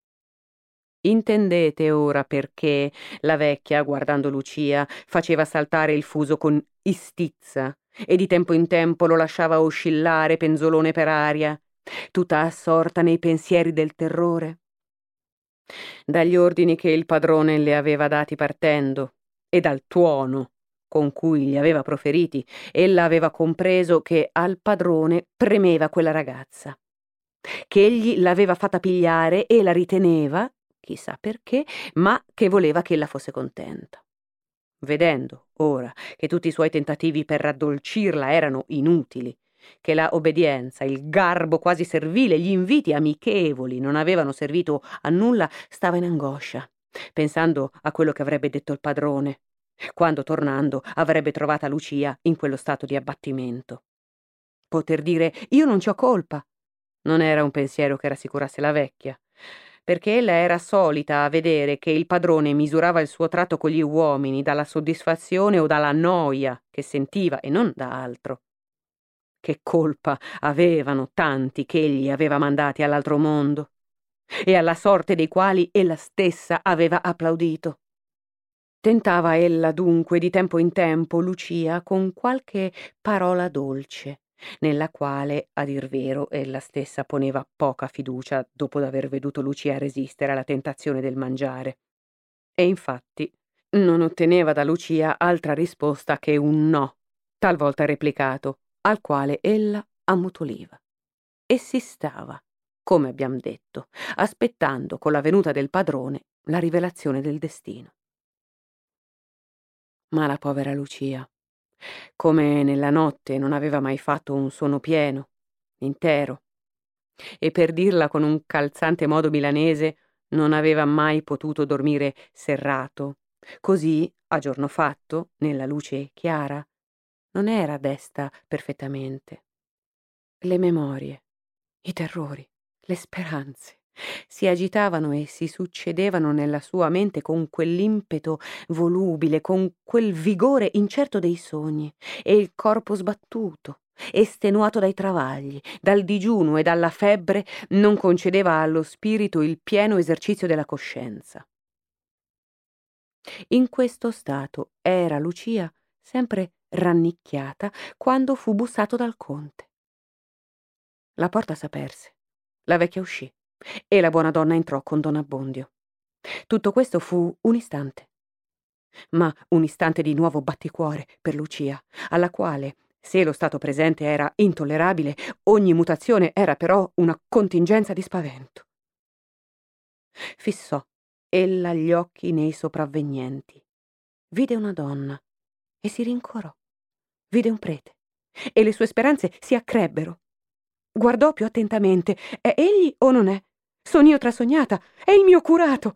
Intendete ora perché la vecchia, guardando Lucia, faceva saltare il fuso con istizza e di tempo in tempo lo lasciava oscillare penzolone per aria, tutta assorta nei pensieri del terrore? Dagli ordini che il padrone le aveva dati partendo e dal tuono con cui li aveva proferiti, ella aveva compreso che al padrone premeva quella ragazza. che egli l'aveva fatta pigliare e la riteneva, chissà perché, ma che voleva che ella fosse contenta. Vedendo ora che tutti i suoi tentativi per raddolcirla erano inutili, che la obbedienza, il garbo quasi servile, gli inviti amichevoli non avevano servito a nulla, stava in angoscia, pensando a quello che avrebbe detto il padrone, quando tornando avrebbe trovata Lucia in quello stato di abbattimento. Poter dire «io non ci ho colpa» non era un pensiero che rassicurasse la vecchia, perché ella era solita a vedere che il padrone misurava il suo tratto con gli uomini dalla soddisfazione o dalla noia che sentiva e non da altro. Che colpa avevano tanti che egli aveva mandati all'altro mondo e alla sorte dei quali ella stessa aveva applaudito. Tentava ella dunque di tempo in tempo Lucia con qualche parola dolce, nella quale, a dir vero, ella stessa poneva poca fiducia dopo d'aver veduto Lucia resistere alla tentazione del mangiare. E infatti non otteneva da Lucia altra risposta che un no, talvolta replicato, al quale ella ammutoliva. E si stava, come abbiam detto, aspettando con la venuta del padrone la rivelazione del destino. Ma la povera Lucia, come nella notte non aveva mai fatto un sonno pieno, intero, e per dirla con un calzante modo milanese, non aveva mai potuto dormire serrato, così, a giorno fatto, nella luce chiara, non era desta perfettamente. Le memorie, i terrori, le speranze si agitavano e si succedevano nella sua mente con quell'impeto volubile, con quel vigore incerto dei sogni, e il corpo sbattuto, estenuato dai travagli, dal digiuno e dalla febbre, non concedeva allo spirito il pieno esercizio della coscienza. In questo stato era Lucia sempre rannicchiata quando fu bussato dal conte. La porta s'aperse, la vecchia uscì e la buona donna entrò con don Abbondio. Tutto questo fu un istante, ma un istante di nuovo batticuore per Lucia, alla quale, se lo stato presente era intollerabile, ogni mutazione era però una contingenza di spavento. Fissò ella gli occhi nei sopravvenienti, vide una donna e si rincorò, vide un prete e le sue speranze si accrebbero. Guardò più attentamente. È egli o non è? Son io trasognata? È il mio curato!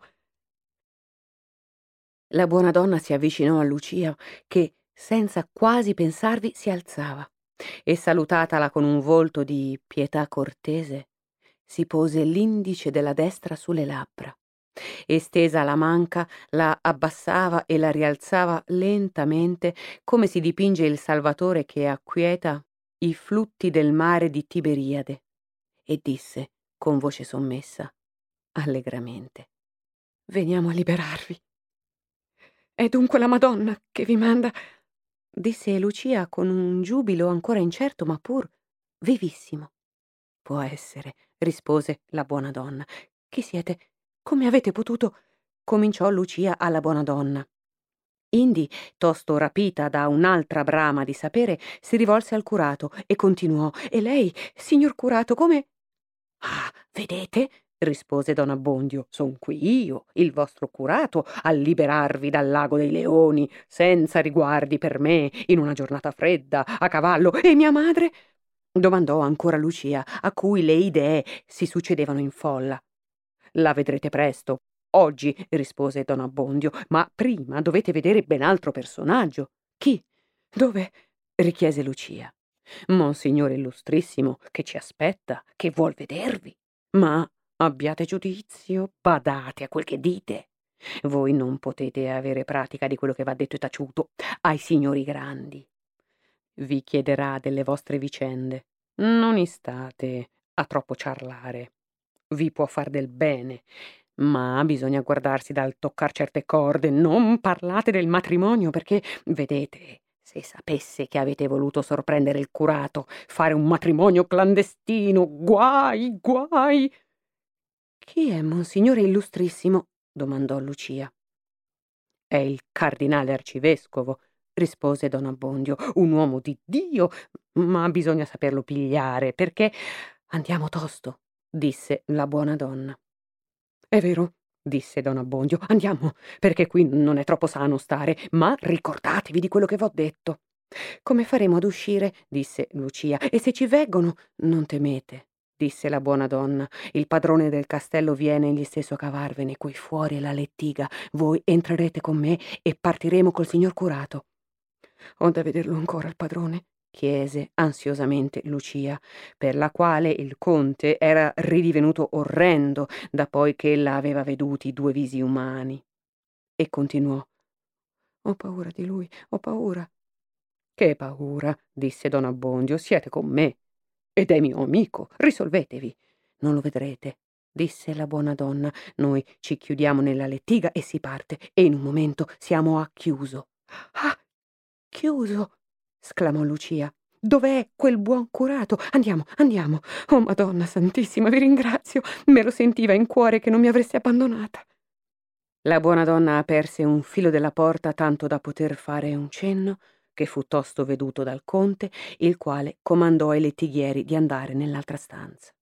La buona donna si avvicinò a Lucia, che, senza quasi pensarvi, si alzava, e salutatala con un volto di pietà cortese, si pose l'indice della destra sulle labbra, e stesa la manca la abbassava e la rialzava lentamente, come si dipinge il Salvatore che acquieta i flutti del mare di Tiberiade, e disse con voce sommessa, allegramente: «Veniamo a liberarvi». «È dunque la Madonna che vi manda», disse Lucia con un giubilo ancora incerto ma pur vivissimo. «Può essere», rispose la buona donna. «Chi siete? Come avete potuto?» cominciò Lucia alla buona donna. Indi, tosto rapita da un'altra brama di sapere, si rivolse al curato e continuò: «E lei, signor curato, come...» «Ah, vedete?» rispose don Abbondio. «Son qui io, il vostro curato, a liberarvi dal lago dei leoni, senza riguardi per me, in una giornata fredda, a cavallo. E mia madre?» domandò ancora Lucia, a cui le idee si succedevano in folla. «La vedrete presto. Oggi», rispose don Abbondio, «ma prima dovete vedere ben altro personaggio». «Chi? Dove?» richiese Lucia. «Monsignore illustrissimo, che ci aspetta, che vuol vedervi. Ma abbiate giudizio, badate a quel che dite. Voi non potete avere pratica di quello che va detto e taciuto ai signori grandi. Vi chiederà delle vostre vicende. Non istate a troppo ciarlare. Vi può far del bene, ma bisogna guardarsi dal toccar certe corde. Non parlate del matrimonio, perché, vedete, se sapesse che avete voluto sorprendere il curato, fare un matrimonio clandestino, guai, guai!» «Chi è Monsignore illustrissimo?» domandò Lucia. «È il cardinale arcivescovo», rispose don Abbondio, «un uomo di Dio, ma bisogna saperlo pigliare, perché...» «Andiamo tosto», disse la buona donna. È vero, disse don Abbondio, andiamo, perché qui non è troppo sano stare, ma ricordatevi di quello che v'ho detto. Come faremo ad uscire? Disse Lucia, e se ci veggono, non temete, disse la buona donna, il padrone del castello viene egli stesso a cavarvene qui fuori la lettiga, voi entrerete con me e partiremo col signor curato. Ho da vederlo ancora il padrone? Chiese ansiosamente Lucia, per la quale il conte era ridivenuto orrendo da poi che ella aveva veduti due visi umani. E continuò: ho paura di lui, ho paura. Che paura, disse don Abbondio, siete con me ed è mio amico, risolvetevi. Non lo vedrete, disse la buona donna, noi ci chiudiamo nella lettiga e si parte, e in un momento siamo a chiuso. Ah, chiuso, sclamò Lucia. Dov'è quel buon curato? Andiamo, andiamo. Oh Madonna Santissima, vi ringrazio. Me lo sentiva in cuore che non mi avreste abbandonata. La buona donna aperse un filo della porta tanto da poter fare un cenno, che fu tosto veduto dal conte, il quale comandò ai lettighieri di andare nell'altra stanza.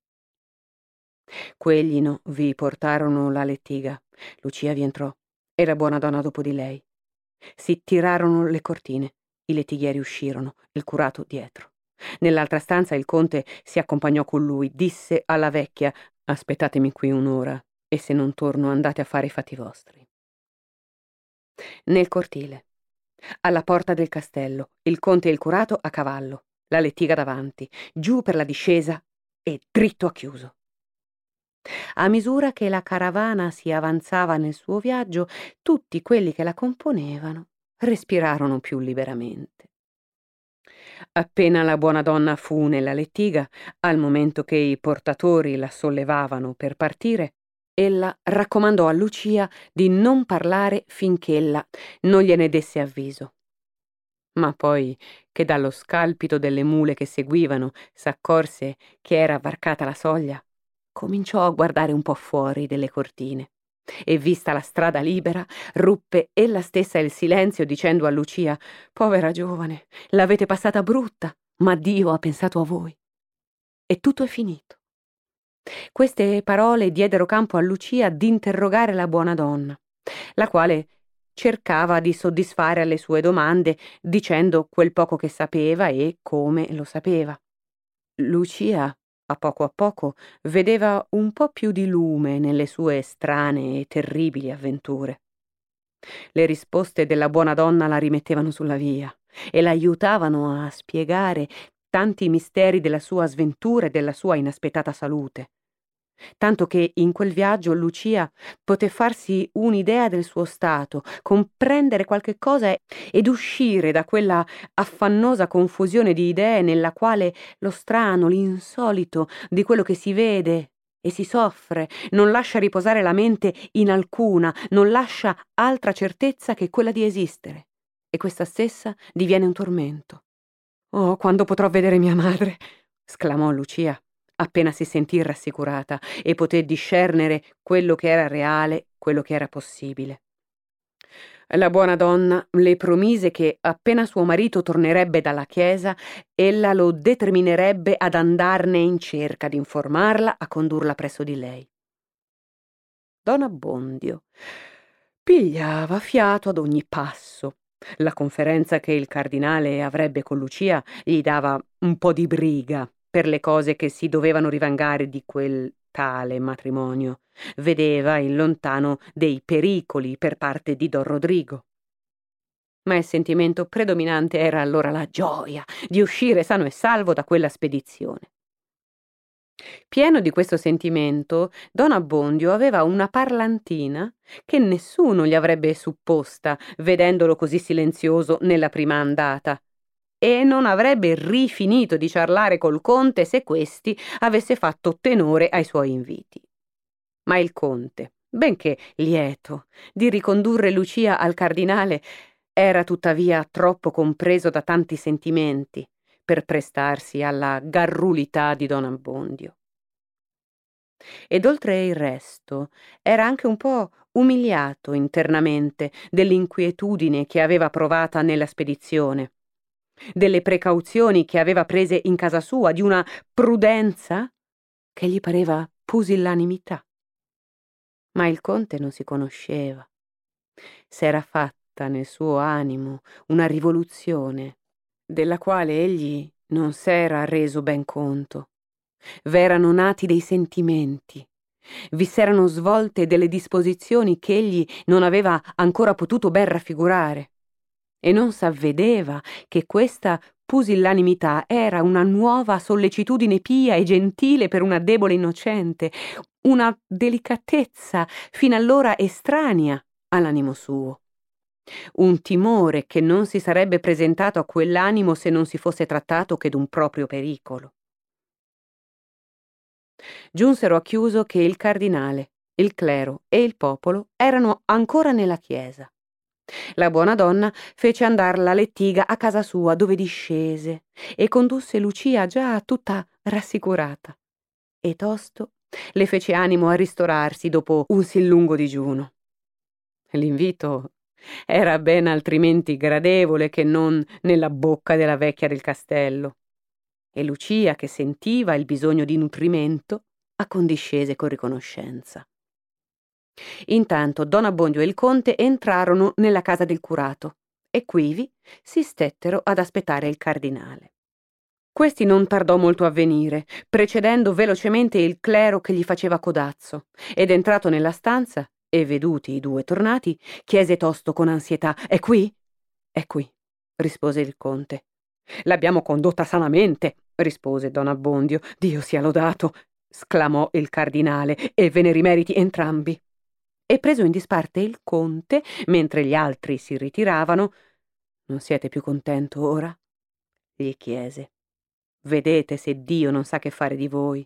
Queglino vi portarono la lettiga. Lucia vi entrò e la buona donna dopo di lei. Si tirarono le cortine, i lettighieri uscirono, il curato dietro. Nell'altra stanza il conte si accompagnò con lui, disse alla vecchia: aspettatemi qui un'ora e se non torno andate a fare i fatti vostri. Nel cortile, alla porta del castello, il conte e il curato a cavallo, la lettiga davanti, giù per la discesa e dritto a chiuso. A misura che la caravana si avanzava nel suo viaggio, tutti quelli che la componevano respirarono più liberamente. Appena la buona donna fu nella lettiga, al momento che i portatori la sollevavano per partire, ella raccomandò a Lucia di non parlare finch'ella non gliene desse avviso. Ma poi, che dallo scalpito delle mule che seguivano s'accorse che era varcata la soglia, cominciò a guardare un po' fuori delle cortine e, vista la strada libera, ruppe ella stessa il silenzio dicendo a Lucia: povera giovane, l'avete passata brutta, ma Dio ha pensato a voi. E tutto è finito. Queste parole diedero campo a Lucia d'interrogare la buona donna, la quale cercava di soddisfare alle sue domande dicendo quel poco che sapeva e come lo sapeva. Lucia, a poco a poco, vedeva un po' più di lume nelle sue strane e terribili avventure. Le risposte della buona donna la rimettevano sulla via e l'aiutavano a spiegare tanti misteri della sua sventura e della sua inaspettata salute, tanto che in quel viaggio Lucia poté farsi un'idea del suo stato, comprendere qualche cosa ed uscire da quella affannosa confusione di idee nella quale lo strano, l'insolito di quello che si vede e si soffre non lascia riposare la mente in alcuna, non lascia altra certezza che quella di esistere, e questa stessa diviene un tormento. «Oh, quando potrò vedere mia madre!» sclamò Lucia, appena si sentì rassicurata e poté discernere quello che era reale, quello che era possibile. La buona donna le promise che, appena suo marito tornerebbe dalla chiesa, ella lo determinerebbe ad andarne in cerca, di informarla, a condurla presso di lei. Don Abbondio pigliava fiato ad ogni passo. La conferenza che il cardinale avrebbe con Lucia gli dava un po' di briga per le cose che si dovevano rivangare di quel tale matrimonio. Vedeva in lontano dei pericoli per parte di don Rodrigo. Ma il sentimento predominante era allora la gioia di uscire sano e salvo da quella spedizione. Pieno di questo sentimento, don Abbondio aveva una parlantina che nessuno gli avrebbe supposta, vedendolo così silenzioso nella prima andata, e non avrebbe rifinito di ciarlare col conte se questi avesse fatto tenore ai suoi inviti. Ma il conte, benché lieto di ricondurre Lucia al cardinale, era tuttavia troppo compreso da tanti sentimenti per prestarsi alla garrulità di don Abbondio. Ed oltre il resto era anche un po' umiliato internamente dell'inquietudine che aveva provata nella spedizione, delle precauzioni che aveva prese in casa sua, di una prudenza che gli pareva pusillanimità. Ma il conte non si conosceva. S'era fatta nel suo animo una rivoluzione della quale egli non s'era reso ben conto. V'erano nati dei sentimenti, vi s'erano svolte delle disposizioni che egli non aveva ancora potuto ben raffigurare, e non s'avvedeva che questa pusillanimità era una nuova sollecitudine pia e gentile per una debole innocente, una delicatezza fin allora estranea all'animo suo, un timore che non si sarebbe presentato a quell'animo se non si fosse trattato che d'un proprio pericolo. Giunsero a chiuso che il cardinale, il clero e il popolo erano ancora nella chiesa. La buona donna fece andar la lettiga a casa sua, dove discese e condusse Lucia già tutta rassicurata, e tosto le fece animo a ristorarsi dopo un sì lungo digiuno. L'invito era ben altrimenti gradevole che non nella bocca della vecchia del castello, e Lucia, che sentiva il bisogno di nutrimento, accondiscese con riconoscenza. Intanto don Abbondio e il conte entrarono nella casa del curato e quivi si stettero ad aspettare il cardinale. Questi non tardò molto a venire, precedendo velocemente il clero che gli faceva codazzo, ed entrato nella stanza e veduti i due tornati, chiese tosto con ansietà: «È qui?» «È qui», rispose il conte. «L'abbiamo condotta sanamente», rispose don Abbondio. «Dio sia lodato», sclamò il cardinale, «e ve ne rimeriti entrambi». E preso in disparte il conte, mentre gli altri si ritiravano: «Non siete più contento ora?» gli chiese. «Vedete se Dio non sa che fare di voi».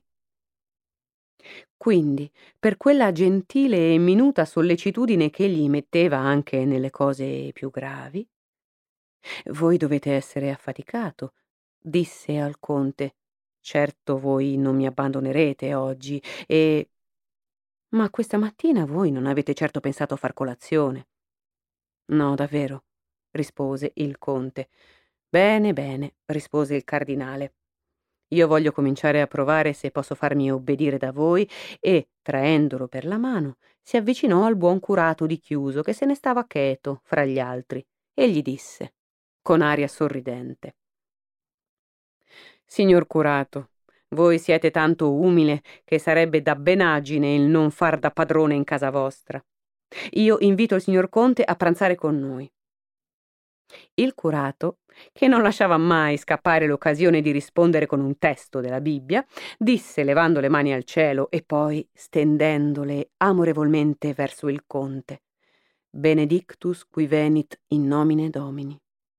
Quindi, per quella gentile e minuta sollecitudine che egli metteva anche nelle cose più gravi: «Voi dovete essere affaticato», disse al conte. «Certo voi non mi abbandonerete oggi, e... ma questa mattina voi non avete certo pensato a far colazione». «No, davvero», rispose il conte. «Bene, bene», rispose il cardinale. «Io voglio cominciare a provare se posso farmi obbedire da voi», e, traendolo per la mano, si avvicinò al buon curato di chiuso, che se ne stava cheto fra gli altri, e gli disse, con aria sorridente: «Signor curato, voi siete tanto umile che sarebbe da benagine il non far da padrone in casa vostra. Io invito il signor conte a pranzare con noi». Il curato, che non lasciava mai scappare l'occasione di rispondere con un testo della Bibbia, disse levando le mani al cielo e poi stendendole amorevolmente verso il conte: «Benedictus qui venit in nomine Domini».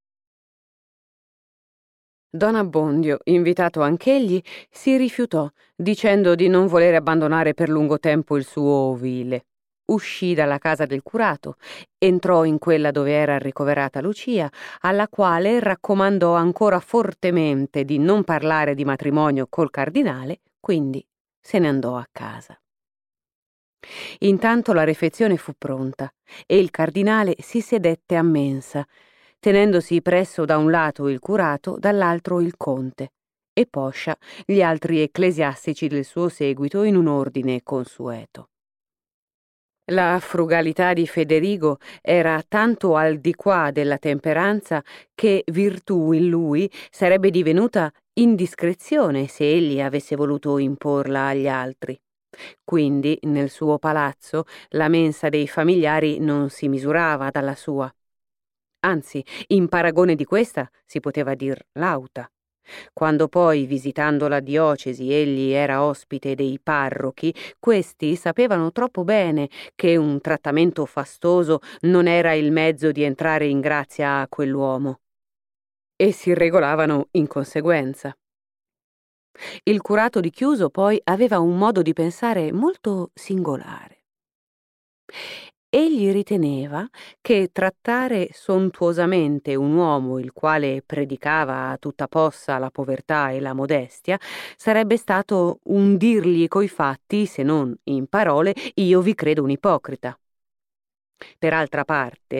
Don Abbondio, invitato anch'egli, si rifiutò, dicendo di non volere abbandonare per lungo tempo il suo ovile. Uscì dalla casa del curato, entrò in quella dove era ricoverata Lucia, alla quale raccomandò ancora fortemente di non parlare di matrimonio col cardinale, quindi se ne andò a casa. Intanto la refezione fu pronta e il cardinale si sedette a mensa, tenendosi presso da un lato il curato, dall'altro il conte, e poscia gli altri ecclesiastici del suo seguito in un ordine consueto. La frugalità di Federigo era tanto al di qua della temperanza che virtù in lui sarebbe divenuta indiscrezione se egli avesse voluto imporla agli altri. Quindi nel suo palazzo la mensa dei familiari non si misurava dalla sua. Anzi, in paragone di questa si poteva dir lauta. Quando poi, visitando la diocesi, egli era ospite dei parrochi, questi sapevano troppo bene che un trattamento fastoso non era il mezzo di entrare in grazia a quell'uomo, e si regolavano in conseguenza. Il curato di chiuso poi aveva un modo di pensare molto singolare. Egli riteneva che trattare sontuosamente un uomo il quale predicava a tutta possa la povertà e la modestia sarebbe stato un dirgli coi fatti, se non in parole: «Io vi credo un ipocrita». Per altra parte,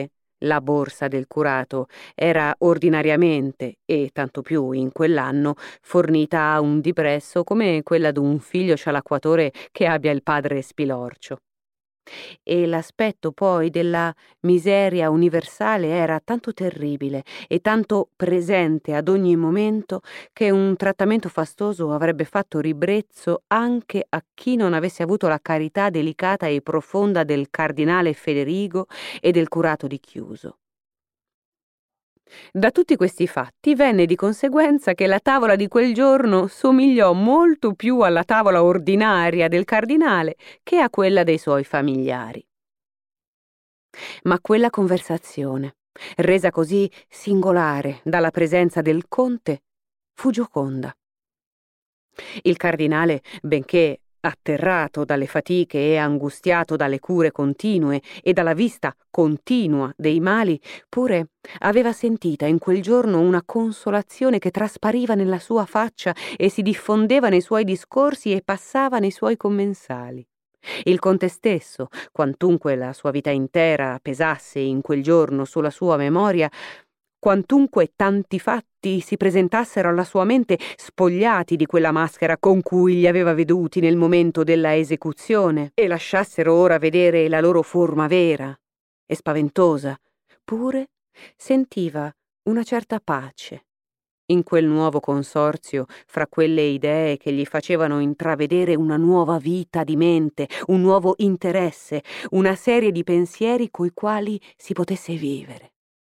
La borsa del curato era ordinariamente, e tanto più in quell'anno, fornita a un dipresso come quella d'un figlio scialacquatore che abbia il padre spilorcio. E l'aspetto poi della miseria universale era tanto terribile e tanto presente ad ogni momento che un trattamento fastoso avrebbe fatto ribrezzo anche a chi non avesse avuto la carità delicata e profonda del cardinale Federigo e del curato di Chiuso. Da tutti questi fatti venne di conseguenza che la tavola di quel giorno somigliò molto più alla tavola ordinaria del cardinale che a quella dei suoi familiari. Ma quella conversazione, resa così singolare dalla presenza del conte, fu gioconda. Il cardinale, benché atterrato dalle fatiche e angustiato dalle cure continue e dalla vista continua dei mali, pure aveva sentita in quel giorno una consolazione che traspariva nella sua faccia e si diffondeva nei suoi discorsi e passava nei suoi commensali. Il conte stesso, quantunque la sua vita intera pesasse in quel giorno sulla sua memoria, quantunque tanti fatti si presentassero alla sua mente spogliati di quella maschera con cui li aveva veduti nel momento della esecuzione e lasciassero ora vedere la loro forma vera e spaventosa, pure sentiva una certa pace in quel nuovo consorzio fra quelle idee che gli facevano intravedere una nuova vita di mente, un nuovo interesse, una serie di pensieri coi quali si potesse vivere.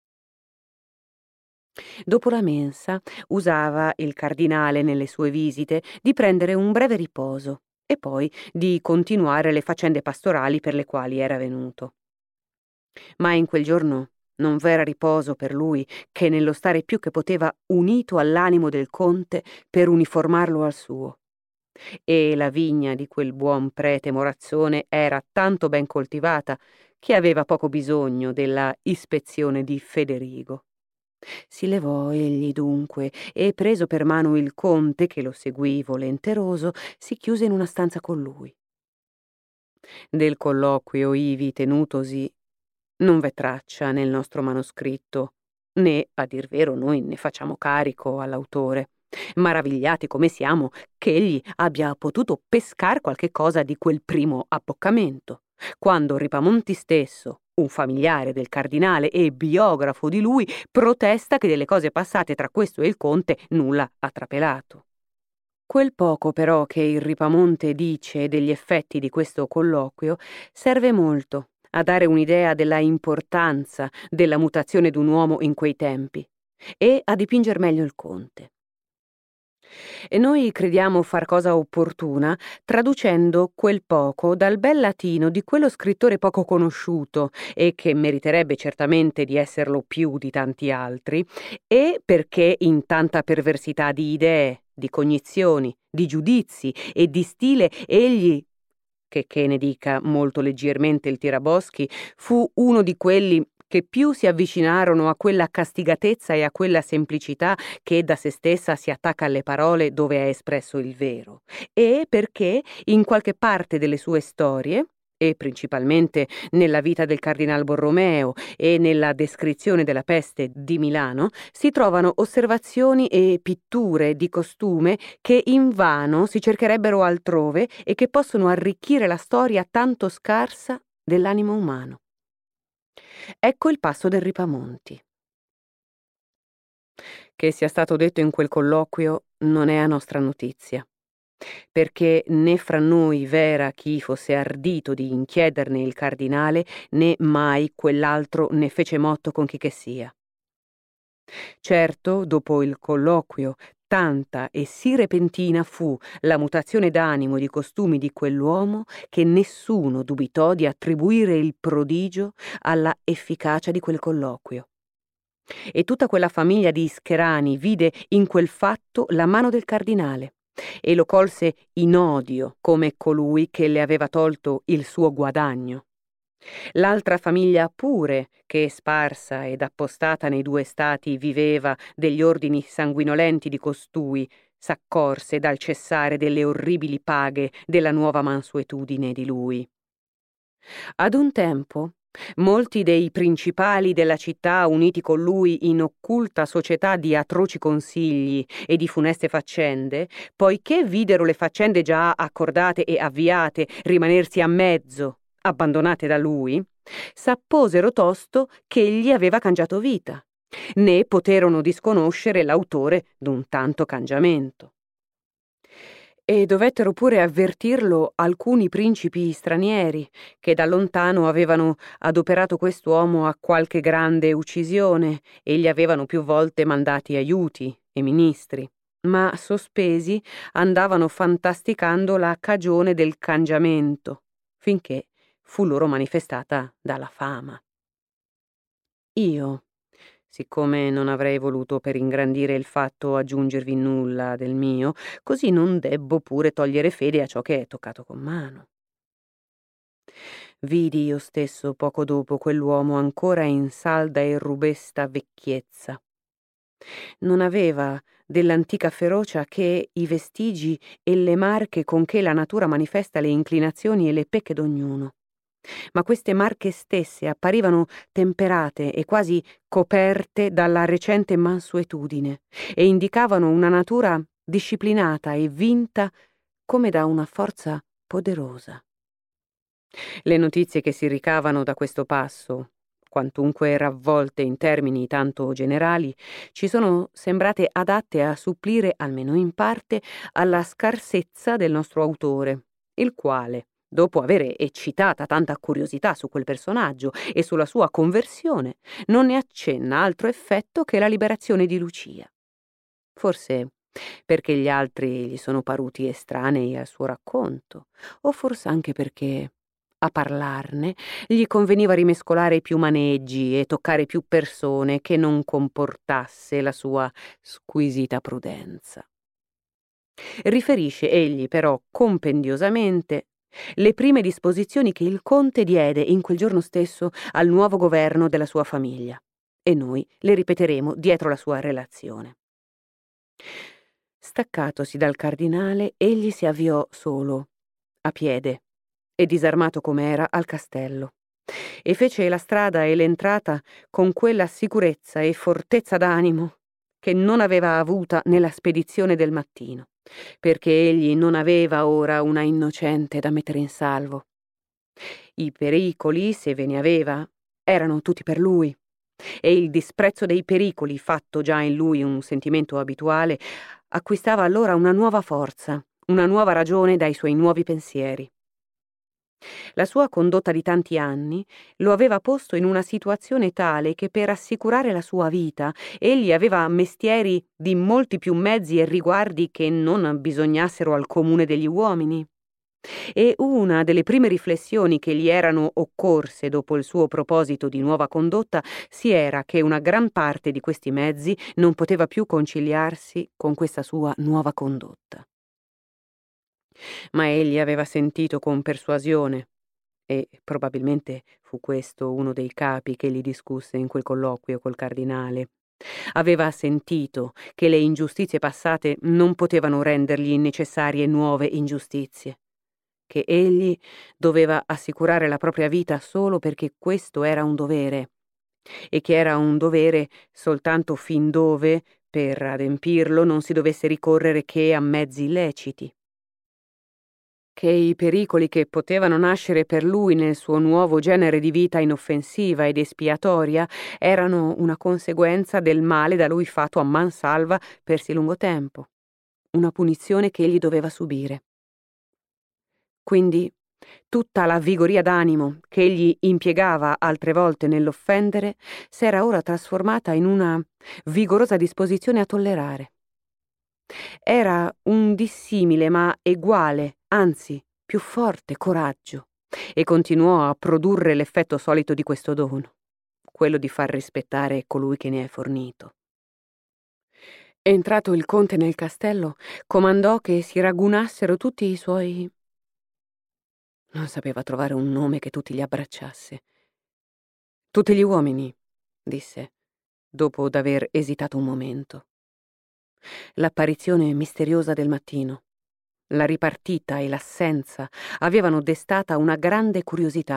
Dopo la mensa usava il cardinale nelle sue visite di prendere un breve riposo e poi di continuare le faccende pastorali per le quali era venuto. Ma in quel giorno non v'era riposo per lui che nello stare più che poteva unito all'animo del conte per uniformarlo al suo. E la vigna di quel buon prete Morazzone era tanto ben coltivata che aveva poco bisogno della ispezione di Federigo. Si levò egli dunque e, preso per mano il conte, che lo seguì volenteroso, si chiuse in una stanza con lui. Del colloquio ivi tenutosi non v'è traccia nel nostro manoscritto, né, a dir vero, noi ne facciamo carico all'autore, maravigliati come siamo che egli abbia potuto pescar qualche cosa di quel primo abboccamento, quando Ripamonti stesso, un familiare del cardinale e biografo di lui, protesta che delle cose passate tra questo e il conte nulla ha trapelato. Quel poco però che il Ripamonte dice degli effetti di questo colloquio serve molto a dare un'idea della importanza della mutazione d'un uomo in quei tempi e a dipingere meglio il conte. E noi crediamo far cosa opportuna traducendo quel poco dal bel latino di quello scrittore poco conosciuto e che meriterebbe certamente di esserlo più di tanti altri, e perché in tanta perversità di idee, di cognizioni, di giudizi e di stile egli, che che ne dica molto leggermente il Tiraboschi, fu uno di quelli che più si avvicinarono a quella castigatezza e a quella semplicità che da se stessa si attacca alle parole dove è espresso il vero, e perché in qualche parte delle sue storie, e principalmente nella vita del Cardinal Borromeo e nella descrizione della peste di Milano, si trovano osservazioni e pitture di costume che invano si cercherebbero altrove e che possono arricchire la storia tanto scarsa dell'animo umano. Ecco il passo del Ripamonti. Che sia stato detto in quel colloquio non è a nostra notizia, perché né fra noi v'era chi fosse ardito di inchiederne il cardinale, né mai quell'altro ne fece motto con chi che sia. Certo, dopo il colloquio, tanta e sì repentina fu la mutazione d'animo e di costumi di quell'uomo che nessuno dubitò di attribuire il prodigio alla efficacia di quel colloquio. E tutta quella famiglia di Scherani vide in quel fatto la mano del cardinale e lo colse in odio come colui che le aveva tolto il suo guadagno. L'altra famiglia pure, che sparsa ed appostata nei due stati viveva degli ordini sanguinolenti di costui, s'accorse dal cessare delle orribili paghe della nuova mansuetudine di lui. Ad un tempo Molti dei principali della città, uniti con lui in occulta società di atroci consigli e di funeste faccende, poiché videro le faccende già accordate e avviate rimanersi a mezzo, abbandonate da lui, s'apposero tosto che egli aveva cangiato vita, né poterono disconoscere l'autore d'un tanto cangiamento. E dovettero pure avvertirlo alcuni principi stranieri che da lontano avevano adoperato quest'uomo a qualche grande uccisione e gli avevano più volte mandati aiuti e ministri, ma sospesi andavano fantasticando la cagione del cangiamento, finché fu loro manifestata dalla fama. Io, siccome non avrei voluto per ingrandire il fatto aggiungervi nulla del mio, così non debbo pure togliere fede a ciò che è toccato con mano. Vidi io stesso poco dopo quell'uomo ancora in salda e rubesta vecchiezza. Non aveva dell'antica ferocia che i vestigi e le marche con che la natura manifesta le inclinazioni e le pecche d'ognuno. Ma queste marche stesse apparivano temperate e quasi coperte dalla recente mansuetudine e indicavano una natura disciplinata e vinta come da una forza poderosa. Le notizie che si ricavano da questo passo, quantunque ravvolte in termini tanto generali, ci sono sembrate adatte a supplire, almeno in parte, alla scarsezza del nostro autore, il quale, dopo avere eccitata tanta curiosità su quel personaggio e sulla sua conversione, non ne accenna altro effetto che la liberazione di Lucia. Forse perché gli altri gli sono paruti estranei al suo racconto, o forse anche perché, a parlarne, gli conveniva rimescolare più maneggi e toccare più persone che non comportasse la sua squisita prudenza. Riferisce egli però compendiosamente le prime disposizioni che il conte diede in quel giorno stesso al nuovo governo della sua famiglia, e noi le ripeteremo dietro la sua relazione. Staccatosi dal cardinale, egli si avviò solo, a piede, e disarmato com'era, al castello, e fece la strada e l'entrata con quella sicurezza e fortezza d'animo che non aveva avuta nella spedizione del mattino, perché egli non aveva ora una innocente da mettere in salvo. I pericoli, se ve ne aveva, erano tutti per lui, e il disprezzo dei pericoli, fatto già in lui un sentimento abituale, acquistava allora una nuova forza, una nuova ragione dai suoi nuovi pensieri. La sua condotta di tanti anni lo aveva posto in una situazione tale che per assicurare la sua vita egli aveva mestieri di molti più mezzi e riguardi che non bisognassero al comune degli uomini. E una delle prime riflessioni che gli erano occorse dopo il suo proposito di nuova condotta si era che una gran parte di questi mezzi non poteva più conciliarsi con questa sua nuova condotta. Ma egli aveva sentito con persuasione, e probabilmente fu questo uno dei capi che gli discusse in quel colloquio col cardinale. Aveva sentito che le ingiustizie passate non potevano rendergli necessarie nuove ingiustizie, che egli doveva assicurare la propria vita solo perché questo era un dovere, e che era un dovere soltanto fin dove, per adempirlo, non si dovesse ricorrere che a mezzi illeciti. Che i pericoli che potevano nascere per lui nel suo nuovo genere di vita inoffensiva ed espiatoria erano una conseguenza del male da lui fatto a man salva per sì lungo tempo, una punizione che egli doveva subire. Quindi tutta la vigoria d'animo che egli impiegava altre volte nell'offendere s'era ora trasformata in una vigorosa disposizione a tollerare. Era un dissimile ma eguale, anzi più forte coraggio, e continuò a produrre l'effetto solito di questo dono, quello di far rispettare colui che ne è fornito. Entrato il conte nel castello, comandò che si ragunassero tutti i suoi... Non sapeva trovare un nome che tutti li abbracciasse. Tutti gli uomini, disse, dopo d'aver esitato un momento. L'apparizione misteriosa del mattino, la ripartita e l'assenza avevano destata una grande curiosità,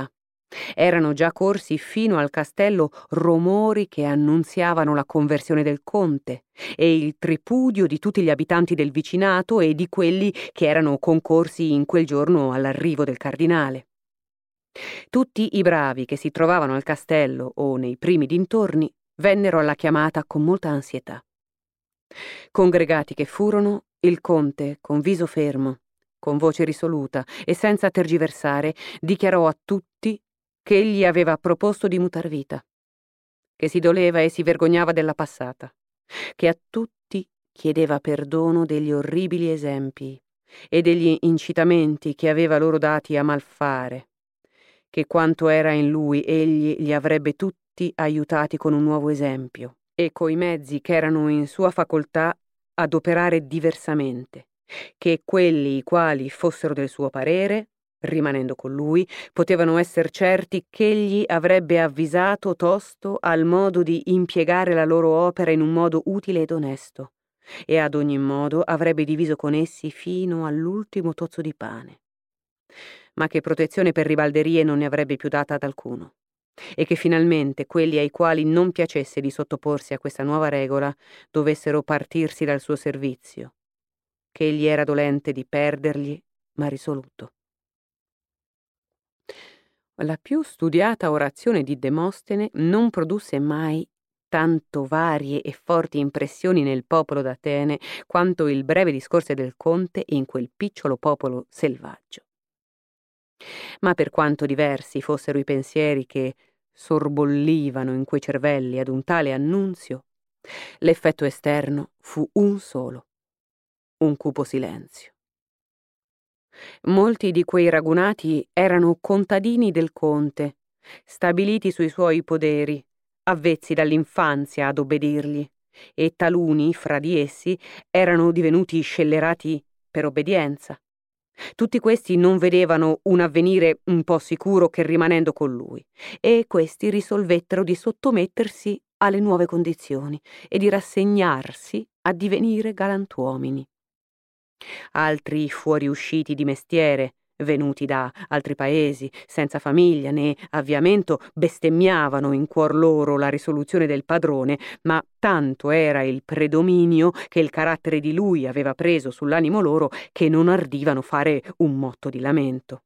Erano già corsi fino al castello rumori che annunziavano la conversione del conte e il tripudio di tutti gli abitanti del vicinato e di quelli che erano concorsi in quel giorno all'arrivo del cardinale. Tutti i bravi che si trovavano al castello o nei primi dintorni vennero alla chiamata con molta ansietà. Congregati che furono, il conte, con viso fermo, con voce risoluta e senza tergiversare, dichiarò a tutti che egli aveva proposto di mutar vita, che si doleva e si vergognava della passata, che a tutti chiedeva perdono degli orribili esempi e degli incitamenti che aveva loro dati a malfare, che quanto era in lui egli li avrebbe tutti aiutati con un nuovo esempio e coi mezzi che erano in sua facoltà ad operare diversamente, che quelli i quali fossero del suo parere, rimanendo con lui, potevano esser certi ch'egli avrebbe avvisato tosto al modo di impiegare la loro opera in un modo utile ed onesto, e ad ogni modo avrebbe diviso con essi fino all'ultimo tozzo di pane, ma che protezione per ribalderie non ne avrebbe più data ad alcuno, e che finalmente quelli ai quali non piacesse di sottoporsi a questa nuova regola dovessero partirsi dal suo servizio, che egli era dolente di perdergli, ma risoluto. La più studiata orazione di Demostene non produsse mai tanto varie e forti impressioni nel popolo d'Atene quanto il breve discorso del conte in quel piccolo popolo selvaggio. Ma per quanto diversi fossero i pensieri che sorbollivano in quei cervelli ad un tale annunzio, l'effetto esterno fu un solo, un cupo silenzio. Molti di quei ragunati erano contadini del conte, stabiliti sui suoi poderi, avvezzi dall'infanzia ad obbedirgli, e taluni fra di essi erano divenuti scellerati per obbedienza. Tutti questi non vedevano un avvenire un po' sicuro che rimanendo con lui, e questi risolvettero di sottomettersi alle nuove condizioni e di rassegnarsi a divenire galantuomini. Altri fuoriusciti di mestiere, venuti da altri paesi, senza famiglia né avviamento, bestemmiavano in cuor loro la risoluzione del padrone, ma tanto era il predominio che il carattere di lui aveva preso sull'animo loro che non ardivano fare un motto di lamento.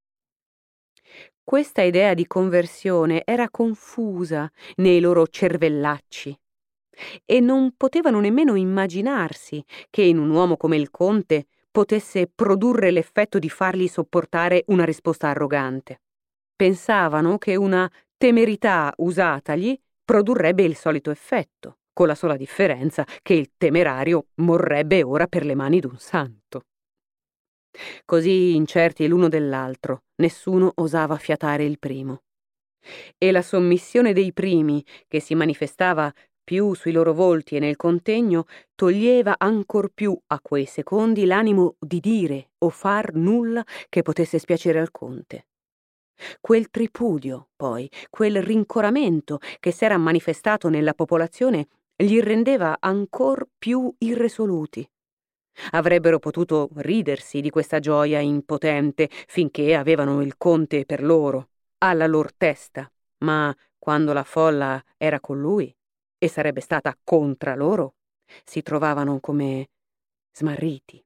Questa idea di conversione era confusa nei loro cervellacci e non potevano nemmeno immaginarsi che in un uomo come il conte potesse produrre l'effetto di fargli sopportare una risposta arrogante. Pensavano che una temerità usatagli produrrebbe il solito effetto, con la sola differenza che il temerario morrebbe ora per le mani d'un santo. Così incerti l'uno dell'altro, nessuno osava fiatare il primo. E la sommissione dei primi, che si manifestava più sui loro volti e nel contegno, toglieva ancor più a quei secondi l'animo di dire o far nulla che potesse spiacere al conte. Quel tripudio, poi, quel rincoramento che s'era manifestato nella popolazione gli rendeva ancor più irresoluti. Avrebbero potuto ridersi di questa gioia impotente finché avevano il conte per loro, alla lor testa, ma quando la folla era con lui e sarebbe stata contra loro, si trovavano come smarriti.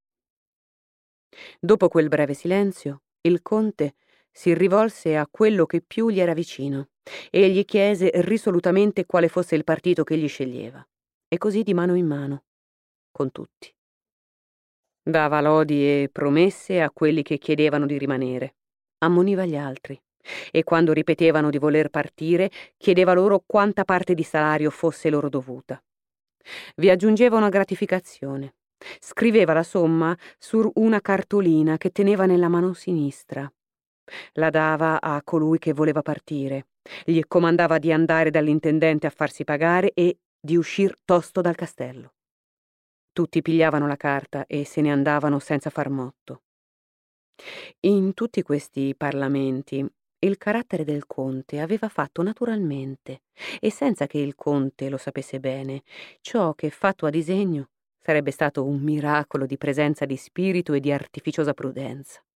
Dopo quel breve silenzio, il conte si rivolse a quello che più gli era vicino e gli chiese risolutamente quale fosse il partito che gli sceglieva, e così di mano in mano, con tutti. Dava lodi e promesse a quelli che chiedevano di rimanere, ammoniva gli altri, e quando ripetevano di voler partire, chiedeva loro quanta parte di salario fosse loro dovuta. Vi aggiungeva una gratificazione. Scriveva la somma su una cartolina che teneva nella mano sinistra. La dava a colui che voleva partire. Gli comandava di andare dall'intendente a farsi pagare e di uscir tosto dal castello. Tutti pigliavano la carta e se ne andavano senza far motto. In tutti questi parlamenti il carattere del conte aveva fatto naturalmente, e senza che il conte lo sapesse bene, ciò che fatto a disegno sarebbe stato un miracolo di presenza di spirito e di artificiosa prudenza.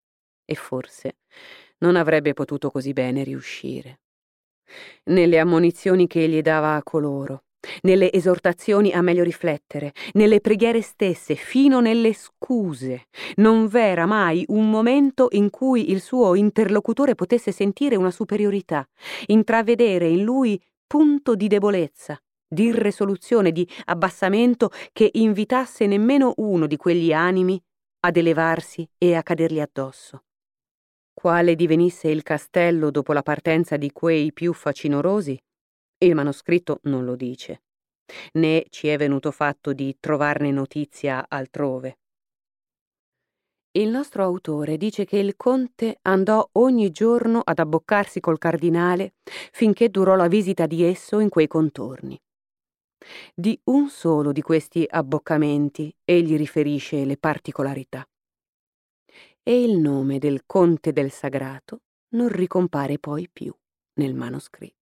e forse non avrebbe potuto così bene riuscire. Nelle ammonizioni che egli dava a coloro, nelle esortazioni a meglio riflettere, nelle preghiere stesse, fino nelle scuse, non v'era mai un momento in cui il suo interlocutore potesse sentire una superiorità, intravedere in lui punto di debolezza, di irresoluzione, di abbassamento che invitasse nemmeno uno di quegli animi ad elevarsi e a cadergli addosso. Quale divenisse il castello dopo la partenza di quei più facinorosi, il manoscritto non lo dice, né ci è venuto fatto di trovarne notizia altrove. Il nostro autore dice che il conte andò ogni giorno ad abboccarsi col cardinale finché durò la visita di esso in quei contorni. Di un solo di questi abboccamenti egli riferisce le particolarità. E il nome del conte del Sagrato non ricompare poi più nel manoscritto.